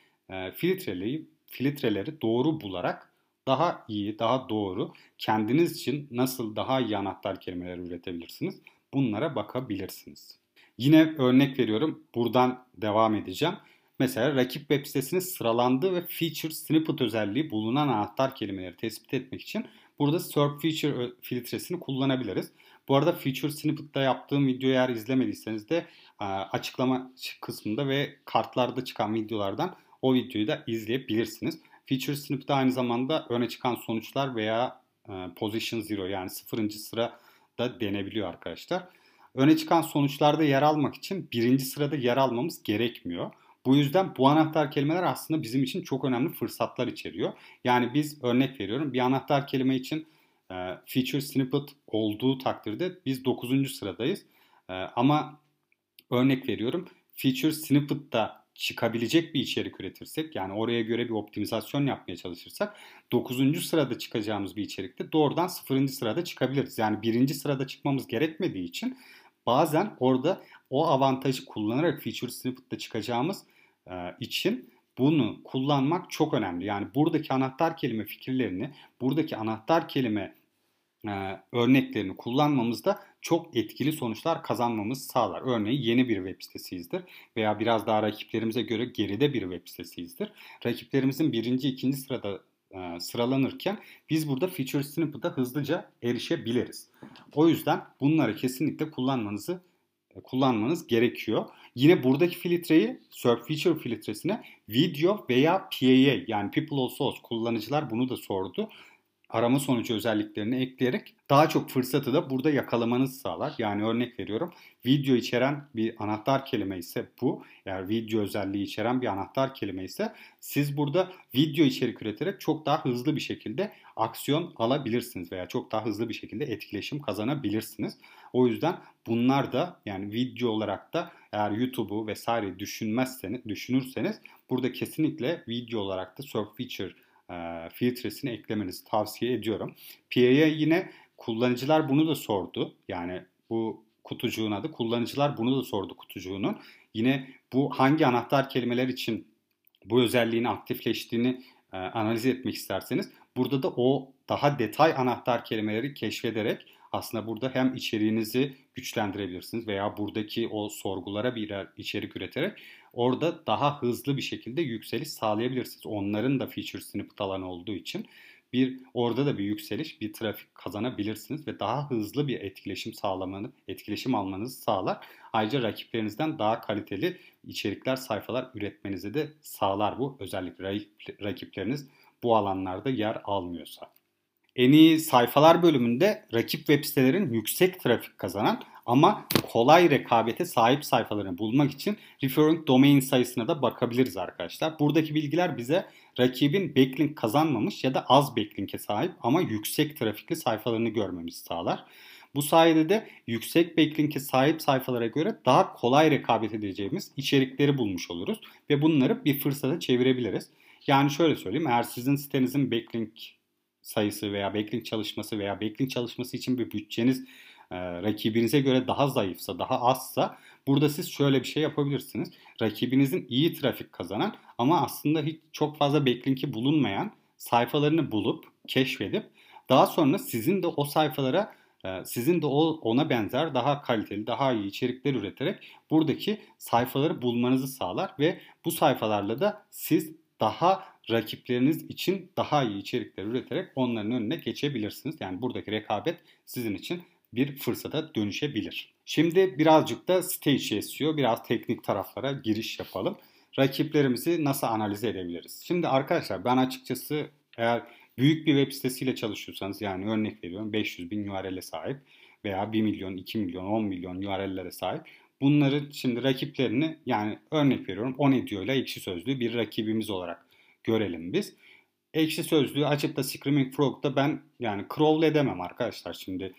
filtreleri doğru bularak daha iyi, daha doğru, kendiniz için nasıl daha iyi anahtar kelimeler üretebilirsiniz, bunlara bakabilirsiniz. Yine örnek veriyorum, buradan devam edeceğim. Mesela rakip web sitesinin sıralandığı ve feature snippet özelliği bulunan anahtar kelimeleri tespit etmek için burada SERP feature filtresini kullanabiliriz. Bu arada feature snippet'ta yaptığım videoyu eğer izlemediyseniz de açıklama kısmında ve kartlarda çıkan videolardan o videoyu da izleyebilirsiniz. Feature snippet aynı zamanda öne çıkan sonuçlar veya position zero, yani 0. sıra da denebiliyor arkadaşlar. Öne çıkan sonuçlarda yer almak için 1. sırada yer almamız gerekmiyor. Bu yüzden bu anahtar kelimeler aslında bizim için çok önemli fırsatlar içeriyor. Yani biz, örnek veriyorum, bir anahtar kelime için feature snippet olduğu takdirde biz 9. sıradayız. Ama örnek veriyorum, feature snippet'ta çıkabilecek bir içerik üretirsek, yani oraya göre bir optimizasyon yapmaya çalışırsak 9. sırada çıkacağımız bir içerikte doğrudan 0. sırada çıkabiliriz. Yani 1. sırada çıkmamız gerekmediği için bazen orada o avantajı kullanarak feature snippet'ta çıkacağımız için bunu kullanmak çok önemli. Yani buradaki anahtar kelime fikirlerini, buradaki anahtar kelime örneklerini kullanmamızda çok etkili sonuçlar kazanmamız sağlar. Örneğin yeni bir web sitesiyizdir veya biraz daha rakiplerimize göre geride bir web sitesiyizdir. Rakiplerimizin 1. 2. sırada sıralanırken biz burada feature snippet'a hızlıca erişebiliriz. O yüzden bunları kesinlikle kullanmanız gerekiyor. Yine buradaki filtreyi, SERP feature filtresine video veya PAA, yani People Also Ask, kullanıcılar bunu da sordu, arama sonucu özelliklerini ekleyerek daha çok fırsatı da burada yakalamanızı sağlar. Yani örnek veriyorum, video içeren bir anahtar kelime ise bu. Eğer video özelliği içeren bir anahtar kelime ise siz burada video içerik üreterek çok daha hızlı bir şekilde aksiyon alabilirsiniz veya çok daha hızlı bir şekilde etkileşim kazanabilirsiniz. O yüzden bunlar da, yani video olarak da eğer YouTube'u vesaire düşünürseniz burada kesinlikle video olarak da SERP feature filtresini eklemenizi tavsiye ediyorum. PA'ya yine kullanıcılar bunu da sordu. Yani bu kutucuğun adı, kullanıcılar bunu da sordu kutucuğunun. Yine bu hangi anahtar kelimeler için bu özelliğin aktifleştiğini analiz etmek isterseniz burada da o daha detay anahtar kelimeleri keşfederek aslında burada hem içeriğinizi güçlendirebilirsiniz veya buradaki o sorgulara bir içerik üreterek orada daha hızlı bir şekilde yükseliş sağlayabilirsiniz. Onların da feature snippet alanı olduğu için orada da bir yükseliş, bir trafik kazanabilirsiniz ve daha hızlı bir etkileşim almanızı sağlar. Ayrıca rakiplerinizden daha kaliteli içerikler, sayfalar üretmenizi de sağlar bu. Özellikle rakipleriniz bu alanlarda yer almıyorsa. En iyi sayfalar bölümünde rakip web sitelerin yüksek trafik kazanan ama kolay rekabete sahip sayfalarını bulmak için referring domain sayısına da bakabiliriz arkadaşlar. Buradaki bilgiler bize rakibin backlink kazanmamış ya da az backlink'e sahip ama yüksek trafikli sayfalarını görmemizi sağlar. Bu sayede de yüksek backlink'e sahip sayfalara göre daha kolay rekabet edeceğimiz içerikleri bulmuş oluruz ve bunları bir fırsata çevirebiliriz. Yani şöyle söyleyeyim, eğer sizin sitenizin backlink sayısı veya backlink çalışması için bir bütçeniz rakibinize göre daha zayıfsa, daha azsa, burada siz şöyle bir şey yapabilirsiniz. Rakibinizin iyi trafik kazanan ama aslında hiç çok fazla backlink'i bulunmayan sayfalarını bulup, keşfedip daha sonra sizin de ona benzer daha kaliteli, daha iyi içerikler üreterek buradaki sayfaları bulmanızı sağlar ve bu sayfalarla da siz daha rakipleriniz için daha iyi içerikler üreterek onların önüne geçebilirsiniz. Yani buradaki rekabet sizin için bir fırsata dönüşebilir. Şimdi birazcık da stage SEO, biraz teknik taraflara giriş yapalım. Rakiplerimizi nasıl analiz edebiliriz? Şimdi arkadaşlar ben açıkçası eğer büyük bir web sitesiyle çalışıyorsanız, yani örnek veriyorum 500 bin URL'e sahip veya 1 milyon, 2 milyon, 10 milyon URL'lere sahip, bunların şimdi rakiplerini, yani örnek veriyorum Onedio ile Ekşi Sözlüğü bir rakibimiz olarak görelim biz. Ekşi Sözlüğü açıp da Screaming Frog'da ben yani crawl edemem arkadaşlar şimdi.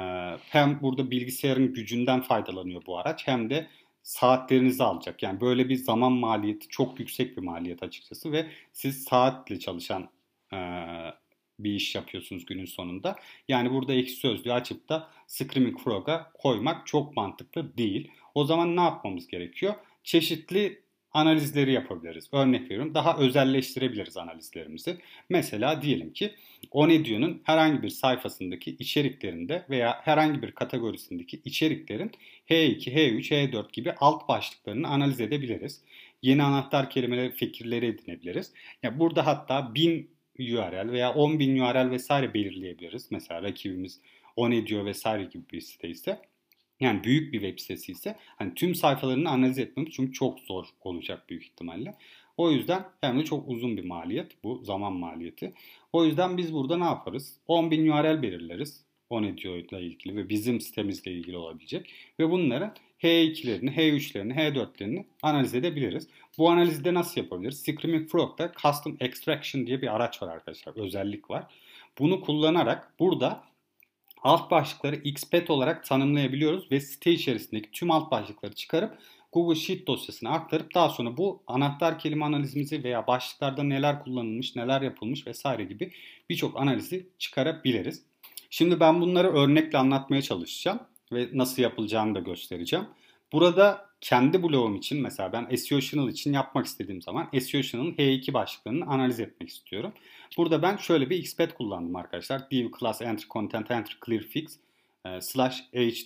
Hem burada bilgisayarın gücünden faydalanıyor bu araç, hem de saatlerinizi alacak. Yani böyle bir zaman maliyeti çok yüksek bir maliyet açıkçası ve siz saatle çalışan e, bir iş yapıyorsunuz günün sonunda. Yani burada Ekşi Sözlüğü açıp da Screaming Frog'a koymak çok mantıklı değil. O zaman ne yapmamız gerekiyor? Çeşitli analizleri yapabiliriz. Örnek veriyorum, daha özelleştirebiliriz analizlerimizi. Mesela diyelim ki Onedio'nun herhangi bir sayfasındaki içeriklerinde veya herhangi bir kategorisindeki içeriklerin H2, H3, H4 gibi alt başlıklarını analiz edebiliriz. Yeni anahtar kelimeleri, fikirleri edinebiliriz. Ya burada hatta 1000 URL veya 10.000 URL vesaire belirleyebiliriz. Mesela rakibimiz Onedio vesaire gibi bir site ise, yani büyük bir web sitesi ise hani tüm sayfalarını analiz etmemiz çünkü çok zor olacak büyük ihtimalle. O yüzden hem de çok uzun bir maliyet, bu zaman maliyeti. O yüzden biz burada ne yaparız? 10.000 URL belirleriz. Onedio ile ilgili ve bizim sitemizle ilgili olabilecek. Ve bunların H2'lerini, H3'lerini, H4'lerini analiz edebiliriz. Bu analizi de nasıl yapabiliriz? Screaming Frog'da Custom Extraction diye bir araç var arkadaşlar. Özellik var. Bunu kullanarak burada alt başlıkları XPath olarak tanımlayabiliyoruz ve site içerisindeki tüm alt başlıkları çıkarıp Google Sheet dosyasına aktarıp daha sonra bu anahtar kelime analizimizi veya başlıklarda neler kullanılmış, neler yapılmış vesaire gibi birçok analizi çıkarabiliriz. Şimdi ben bunları örnekle anlatmaya çalışacağım ve nasıl yapılacağını da göstereceğim. Burada kendi blogum için, mesela ben SEO Channel için yapmak istediğim zaman SEO Channel'ın H2 başlıklarını analiz etmek istiyorum. Burada ben şöyle bir XPath kullandım arkadaşlar. Div class entry content entry clear fix slash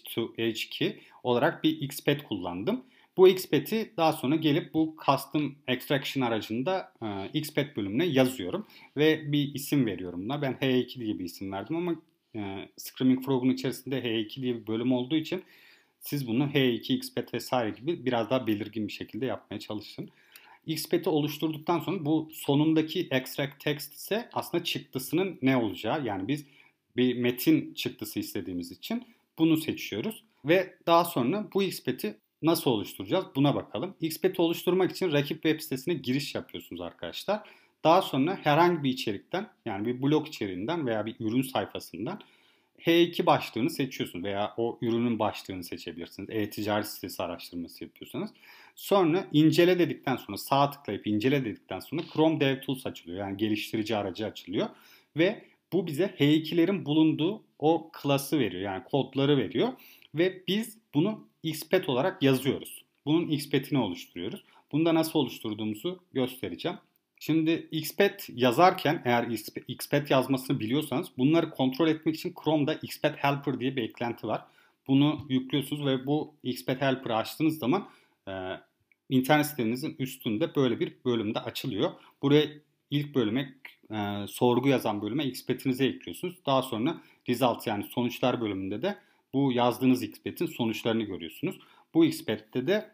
h2 olarak bir XPath kullandım. Bu XPath'i daha sonra gelip bu custom extraction aracında XPath bölümüne yazıyorum ve bir isim veriyorum buna. Ben H2 diye bir isim verdim ama Screaming Frog'un içerisinde H2 diye bir bölüm olduğu için siz bunu H2, XPath vesaire gibi biraz daha belirgin bir şekilde yapmaya çalışın. XPath'i oluşturduktan sonra bu sonundaki extract text ise aslında çıktısının ne olacağı. Yani biz bir metin çıktısı istediğimiz için bunu seçiyoruz. Ve daha sonra bu XPath'i nasıl oluşturacağız buna bakalım. XPath'i oluşturmak için rakip web sitesine giriş yapıyorsunuz arkadaşlar. Daha sonra herhangi bir içerikten, yani bir blog içeriğinden veya bir ürün sayfasından H2 başlığını seçiyorsunuz veya o ürünün başlığını seçebilirsiniz. E-ticaret sitesi araştırması yapıyorsanız. Sonra incele dedikten sonra, sağ tıklayıp incele dedikten sonra Chrome DevTools açılıyor. Yani geliştirici aracı açılıyor. Ve bu bize H2'lerin bulunduğu o klası veriyor. Yani kodları veriyor. Ve biz bunu XPath olarak yazıyoruz. Bunun XPath'ini oluşturuyoruz. Bunu da nasıl oluşturduğumuzu göstereceğim. Şimdi XPath yazarken, eğer XPath yazmasını biliyorsanız, bunları kontrol etmek için Chrome'da XPath Helper diye bir eklenti var. Bunu yüklüyorsunuz ve bu XPath Helper'ı açtığınız zaman e, internet sitenizin üstünde böyle bir bölümde açılıyor. Buraya ilk bölüme sorgu yazan bölüme XPath'inizi ekliyorsunuz. Daha sonra result, yani sonuçlar bölümünde de bu yazdığınız XPath'in sonuçlarını görüyorsunuz. Bu XPath'te de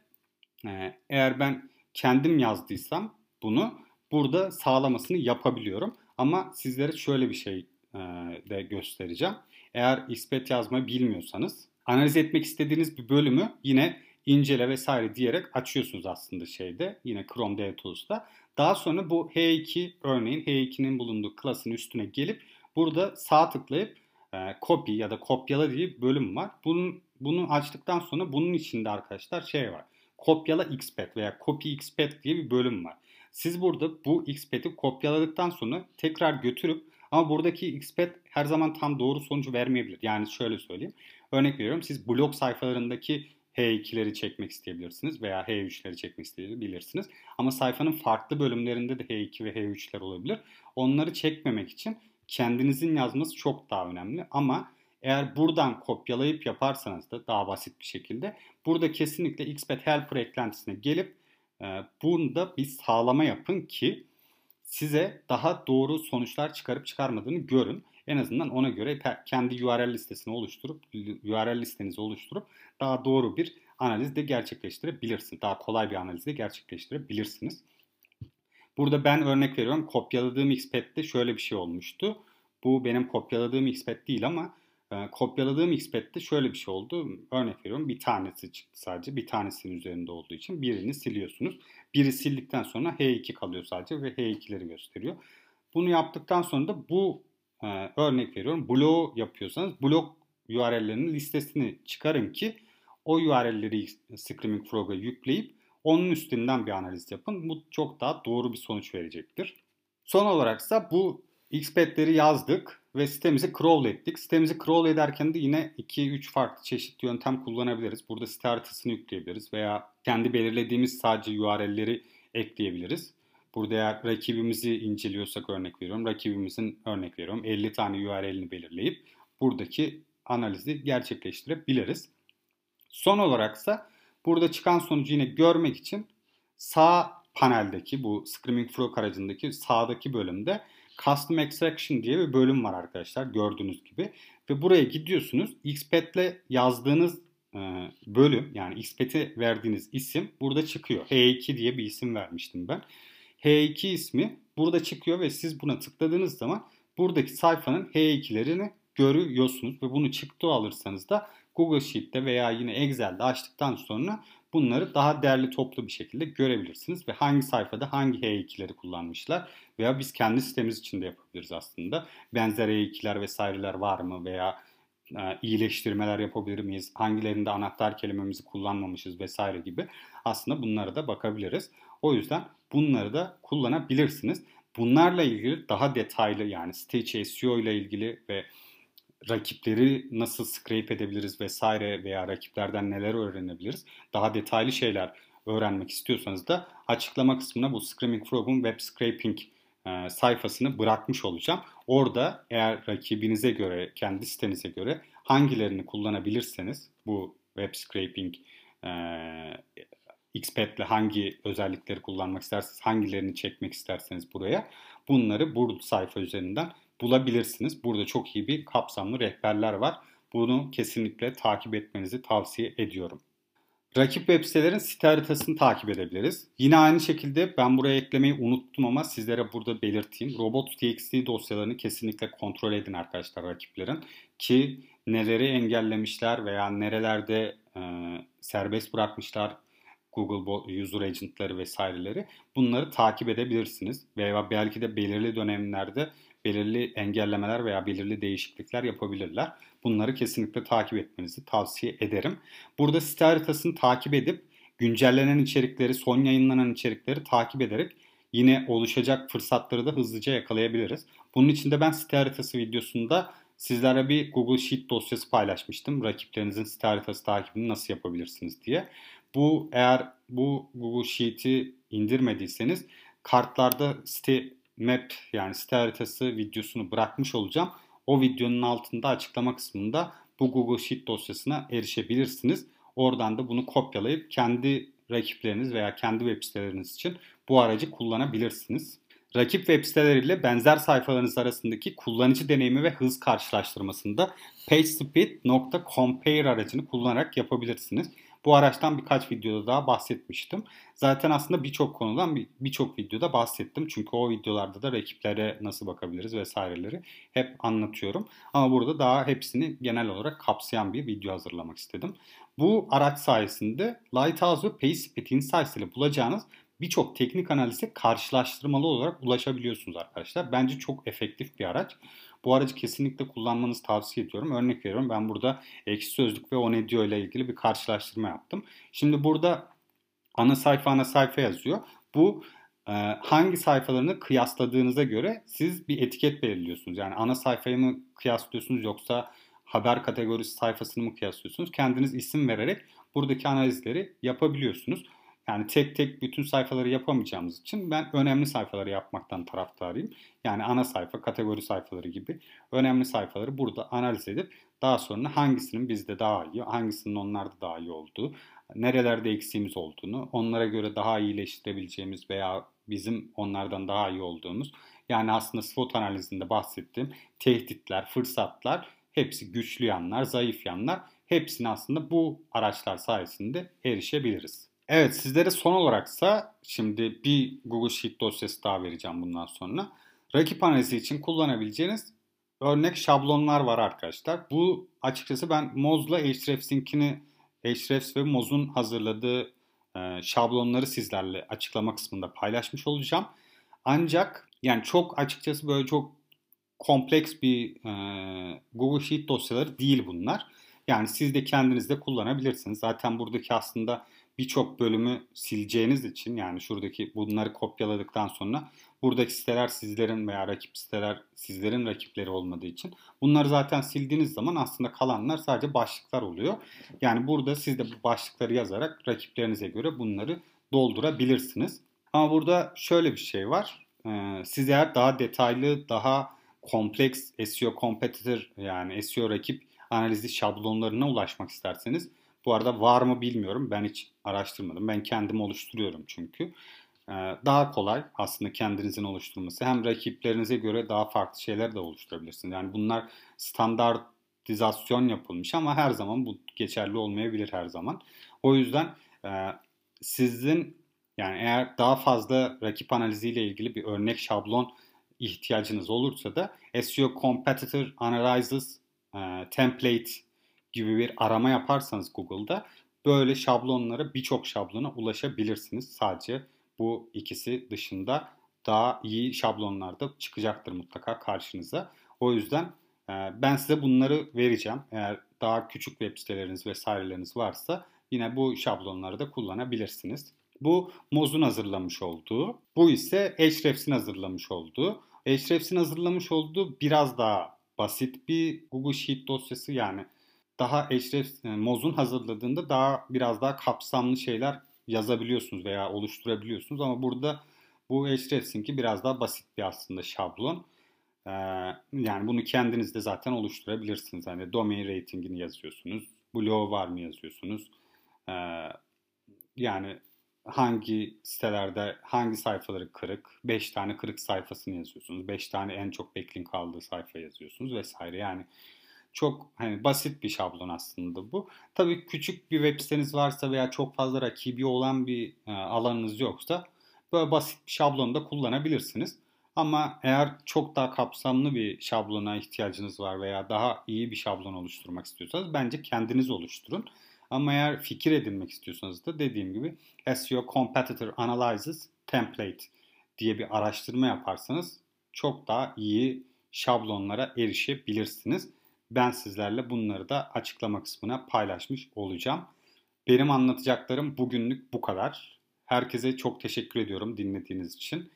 eğer ben kendim yazdıysam bunu burada sağlamasını yapabiliyorum. Ama sizlere şöyle bir şey de göstereceğim. Eğer XPath yazmayı bilmiyorsanız, analiz etmek istediğiniz bir bölümü yine incele vesaire diyerek açıyorsunuz aslında şeyde, yine Chrome DevTools'ta. Daha sonra bu H2, örneğin H2'nin bulunduğu klasın üstüne gelip burada sağ tıklayıp copy ya da kopyala diye bir bölüm var. Bunu açtıktan sonra bunun içinde arkadaşlar şey var. Kopyala XPath veya copy XPath diye bir bölüm var. Siz burada bu XPath'i kopyaladıktan sonra tekrar götürüp, ama buradaki XPath her zaman tam doğru sonucu vermeyebilir. Yani şöyle söyleyeyim. Örnek veriyorum, siz blog sayfalarındaki H2'leri çekmek isteyebilirsiniz veya H3'leri çekmek isteyebilirsiniz. Ama sayfanın farklı bölümlerinde de H2 ve H3'ler olabilir. Onları çekmemek için kendinizin yazması çok daha önemli. Ama eğer buradan kopyalayıp yaparsanız da daha basit bir şekilde burada kesinlikle XPath Helper eklentisine gelip bunu da bir sağlama yapın ki size daha doğru sonuçlar çıkarıp çıkarmadığını görün. En azından ona göre kendi URL listesini oluşturup, URL listenizi oluşturup daha doğru bir analiz de gerçekleştirebilirsiniz. Daha kolay bir analiz de gerçekleştirebilirsiniz. Burada ben örnek veriyorum. Kopyaladığım Xpath'te şöyle bir şey olmuştu. Bu benim kopyaladığım Xpath değil ama kopyaladığım Xpath'te şöyle bir şey oldu. Örnek veriyorum, bir tanesi çıktı sadece. Bir tanesinin üzerinde olduğu için birini siliyorsunuz. Biri sildikten sonra H2 kalıyor sadece ve H2'leri gösteriyor. Bunu yaptıktan sonra da bu örnek veriyorum, blog yapıyorsanız blog URL'lerinin listesini çıkarın ki o URL'leri Screaming Frog'a yükleyip onun üstünden bir analiz yapın. Bu çok daha doğru bir sonuç verecektir. Son olaraksa bu Xpath'leri yazdık ve sitemizi crawl ettik. Sitemizi crawl ederken de yine 2-3 farklı çeşitli yöntem kullanabiliriz. Burada site haritasını yükleyebiliriz veya kendi belirlediğimiz sadece URL'leri ekleyebiliriz. Burada eğer rakibimizi inceliyorsak örnek veriyorum. Rakibimizin örnek veriyorum 50 tane URL'ini belirleyip buradaki analizi gerçekleştirebiliriz. Son olaraksa burada çıkan sonucu yine görmek için sağ paneldeki bu Screaming Frog aracındaki sağdaki bölümde Custom Extraction diye bir bölüm var arkadaşlar, gördüğünüz gibi. Ve buraya gidiyorsunuz. Xpath'le yazdığınız bölüm, yani Xpath'e verdiğiniz isim burada çıkıyor. H2 diye bir isim vermiştim ben. H2 ismi burada çıkıyor ve siz buna tıkladığınız zaman buradaki sayfanın H2'lerini görüyorsunuz ve bunu çıktı alırsanız da Google Sheet'te veya yine Excel'de açtıktan sonra bunları daha değerli toplu bir şekilde görebilirsiniz ve hangi sayfada hangi H2'leri kullanmışlar veya biz kendi sitemiz için de yapabiliriz aslında. Benzer H2'ler vesaireler var mı veya iyileştirmeler yapabilir miyiz? Hangilerinde anahtar kelimemizi kullanmamışız vesaire gibi aslında bunlara da bakabiliriz. O yüzden bunları da kullanabilirsiniz. Bunlarla ilgili daha detaylı, yani site içi SEO ile ilgili ve rakipleri nasıl scrape edebiliriz vesaire veya rakiplerden neler öğrenebiliriz, daha detaylı şeyler öğrenmek istiyorsanız da açıklama kısmına bu Screaming Frog'un web scraping sayfasını bırakmış olacağım. Orada eğer rakibinize göre, kendi sitenize göre hangilerini kullanabilirseniz bu web scraping e, Xpath'le hangi özellikleri kullanmak isterseniz, hangilerini çekmek isterseniz buraya, bunları bu sayfa üzerinden bulabilirsiniz. Burada çok iyi bir kapsamlı rehberler var. Bunu kesinlikle takip etmenizi tavsiye ediyorum. Rakip web sitelerin site haritasını takip edebiliriz. Yine aynı şekilde ben buraya eklemeyi unuttum ama sizlere burada belirteyim. Robots.txt dosyalarını kesinlikle kontrol edin arkadaşlar rakiplerin. Ki neleri engellemişler veya nerelerde serbest bırakmışlar Google User Agent'ları vesaireleri, bunları takip edebilirsiniz. Veya belki de belirli dönemlerde belirli engellemeler veya belirli değişiklikler yapabilirler. Bunları kesinlikle takip etmenizi tavsiye ederim. Burada site haritasını takip edip güncellenen içerikleri, son yayınlanan içerikleri takip ederek yine oluşacak fırsatları da hızlıca yakalayabiliriz. Bunun için de ben site haritası videosunda sizlere bir Google Sheet dosyası paylaşmıştım. Rakiplerinizin site haritası takibini nasıl yapabilirsiniz diye. Eğer bu Google Sheet'i indirmediyseniz kartlarda site map, yani site haritası videosunu bırakmış olacağım. O videonun altında açıklama kısmında bu Google Sheet dosyasına erişebilirsiniz. Oradan da bunu kopyalayıp kendi rakipleriniz veya kendi web siteleriniz için bu aracı kullanabilirsiniz. Rakip web siteleriyle benzer sayfalarınız arasındaki kullanıcı deneyimi ve hız karşılaştırmasında PageSpeed.compare aracını kullanarak yapabilirsiniz. Bu araçtan birkaç videoda daha bahsetmiştim. Zaten aslında birçok konudan birçok videoda bahsettim. Çünkü o videolarda da rakiplere nasıl bakabiliriz vesaireleri hep anlatıyorum. Ama burada daha hepsini genel olarak kapsayan bir video hazırlamak istedim. Bu araç sayesinde Lighthouse ve PageSpeed Insights ile bulacağınız birçok teknik analize karşılaştırmalı olarak ulaşabiliyorsunuz arkadaşlar. Bence çok efektif bir araç. Bu aracı kesinlikle kullanmanızı tavsiye ediyorum. Örnek veriyorum, ben burada Ekşi Sözlük ve Onedio ile ilgili bir karşılaştırma yaptım. Şimdi burada ana sayfa yazıyor. Bu hangi sayfalarını kıyasladığınıza göre siz bir etiket belirliyorsunuz. Yani ana sayfayı mı kıyaslıyorsunuz yoksa haber kategorisi sayfasını mı kıyaslıyorsunuz? Kendiniz isim vererek buradaki analizleri yapabiliyorsunuz. Yani tek tek bütün sayfaları yapamayacağımız için ben önemli sayfaları yapmaktan taraftarıyım. Yani ana sayfa, kategori sayfaları gibi önemli sayfaları burada analiz edip daha sonra hangisinin bizde daha iyi, hangisinin onlarda daha iyi olduğu, nerelerde eksiğimiz olduğunu, onlara göre daha iyileştirebileceğimiz veya bizim onlardan daha iyi olduğumuz. Yani aslında SWOT analizinde bahsettiğim tehditler, fırsatlar, hepsi güçlü yanlar, zayıf yanlar. Hepsini aslında bu araçlar sayesinde erişebiliriz. Evet, sizlere son olaraksa şimdi bir Google Sheet dosyası daha vereceğim bundan sonra. Rakip analizi için kullanabileceğiniz örnek şablonlar var arkadaşlar. Bu açıkçası ben Moz'la Ahrefs'inkini, Ahrefs ve Moz'un hazırladığı şablonları sizlerle açıklama kısmında paylaşmış olacağım. Ancak yani çok açıkçası böyle çok kompleks bir Google Sheet dosyaları değil bunlar. Yani siz de kendiniz de kullanabilirsiniz. Zaten buradaki aslında birçok bölümü sileceğiniz için, yani şuradaki bunları kopyaladıktan sonra buradaki siteler sizlerin veya rakip siteler sizlerin rakipleri olmadığı için bunları zaten sildiğiniz zaman aslında kalanlar sadece başlıklar oluyor. Yani burada siz de bu başlıkları yazarak rakiplerinize göre bunları doldurabilirsiniz. Ama burada şöyle bir şey var. Siz eğer daha detaylı, daha kompleks SEO competitor, yani SEO rakip analizi şablonlarına ulaşmak isterseniz, bu arada var mı bilmiyorum. Ben hiç araştırmadım. Ben kendim oluşturuyorum çünkü. Daha kolay aslında kendinizin oluşturması. Hem rakiplerinize göre daha farklı şeyler de oluşturabilirsiniz. Yani bunlar standartizasyon yapılmış ama her zaman bu geçerli olmayabilir her zaman. O yüzden e, sizin, yani eğer daha fazla rakip analiziyle ilgili bir örnek şablon ihtiyacınız olursa da SEO Competitor Analysis Template gibi bir arama yaparsanız Google'da böyle şablonlara, birçok şablona ulaşabilirsiniz. Sadece bu ikisi dışında daha iyi şablonlar da çıkacaktır mutlaka karşınıza. O yüzden ben size bunları vereceğim. Eğer daha küçük web siteleriniz vesaireleriniz varsa yine bu şablonları da kullanabilirsiniz. Bu Moz'un hazırlamış olduğu, bu ise Ahrefs'in hazırlamış olduğu. Ahrefs'in hazırlamış olduğu biraz daha basit bir Google Sheet dosyası, yani daha Moz'un hazırladığında daha biraz daha kapsamlı şeyler yazabiliyorsunuz veya oluşturabiliyorsunuz ama burada bu Ahrefs'inki biraz daha basit bir aslında şablon. Ee, Yani bunu kendiniz de zaten oluşturabilirsiniz. Hani domain ratingini yazıyorsunuz, blog var mı yazıyorsunuz. Ee, Yani hangi sitelerde hangi sayfaları kırık, 5 tane kırık sayfasını yazıyorsunuz, 5 tane en çok backlink aldığı sayfa yazıyorsunuz vesaire. Yani çok hani basit bir şablon aslında bu. Tabii küçük bir web siteniz varsa veya çok fazla rakibi olan bir alanınız yoksa böyle basit bir şablonu da kullanabilirsiniz. Ama eğer çok daha kapsamlı bir şablona ihtiyacınız var veya daha iyi bir şablon oluşturmak istiyorsanız bence kendiniz oluşturun. Ama eğer fikir edinmek istiyorsanız da dediğim gibi SEO Competitor Analysis Template diye bir araştırma yaparsanız çok daha iyi şablonlara erişebilirsiniz. Ben sizlerle bunları da açıklama kısmına paylaşmış olacağım. Benim anlatacaklarım bugünlük bu kadar. Herkese çok teşekkür ediyorum dinlediğiniz için.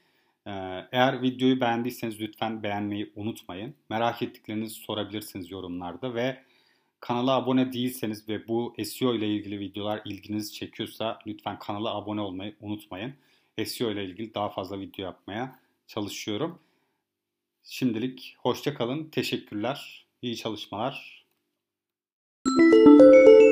Eğer videoyu beğendiyseniz lütfen beğenmeyi unutmayın. Merak ettiklerinizi sorabilirsiniz yorumlarda ve kanala abone değilseniz ve bu SEO ile ilgili videolar ilginizi çekiyorsa lütfen kanala abone olmayı unutmayın. SEO ile ilgili daha fazla video yapmaya çalışıyorum. Şimdilik hoşça kalın. Teşekkürler. İyi çalışmalar.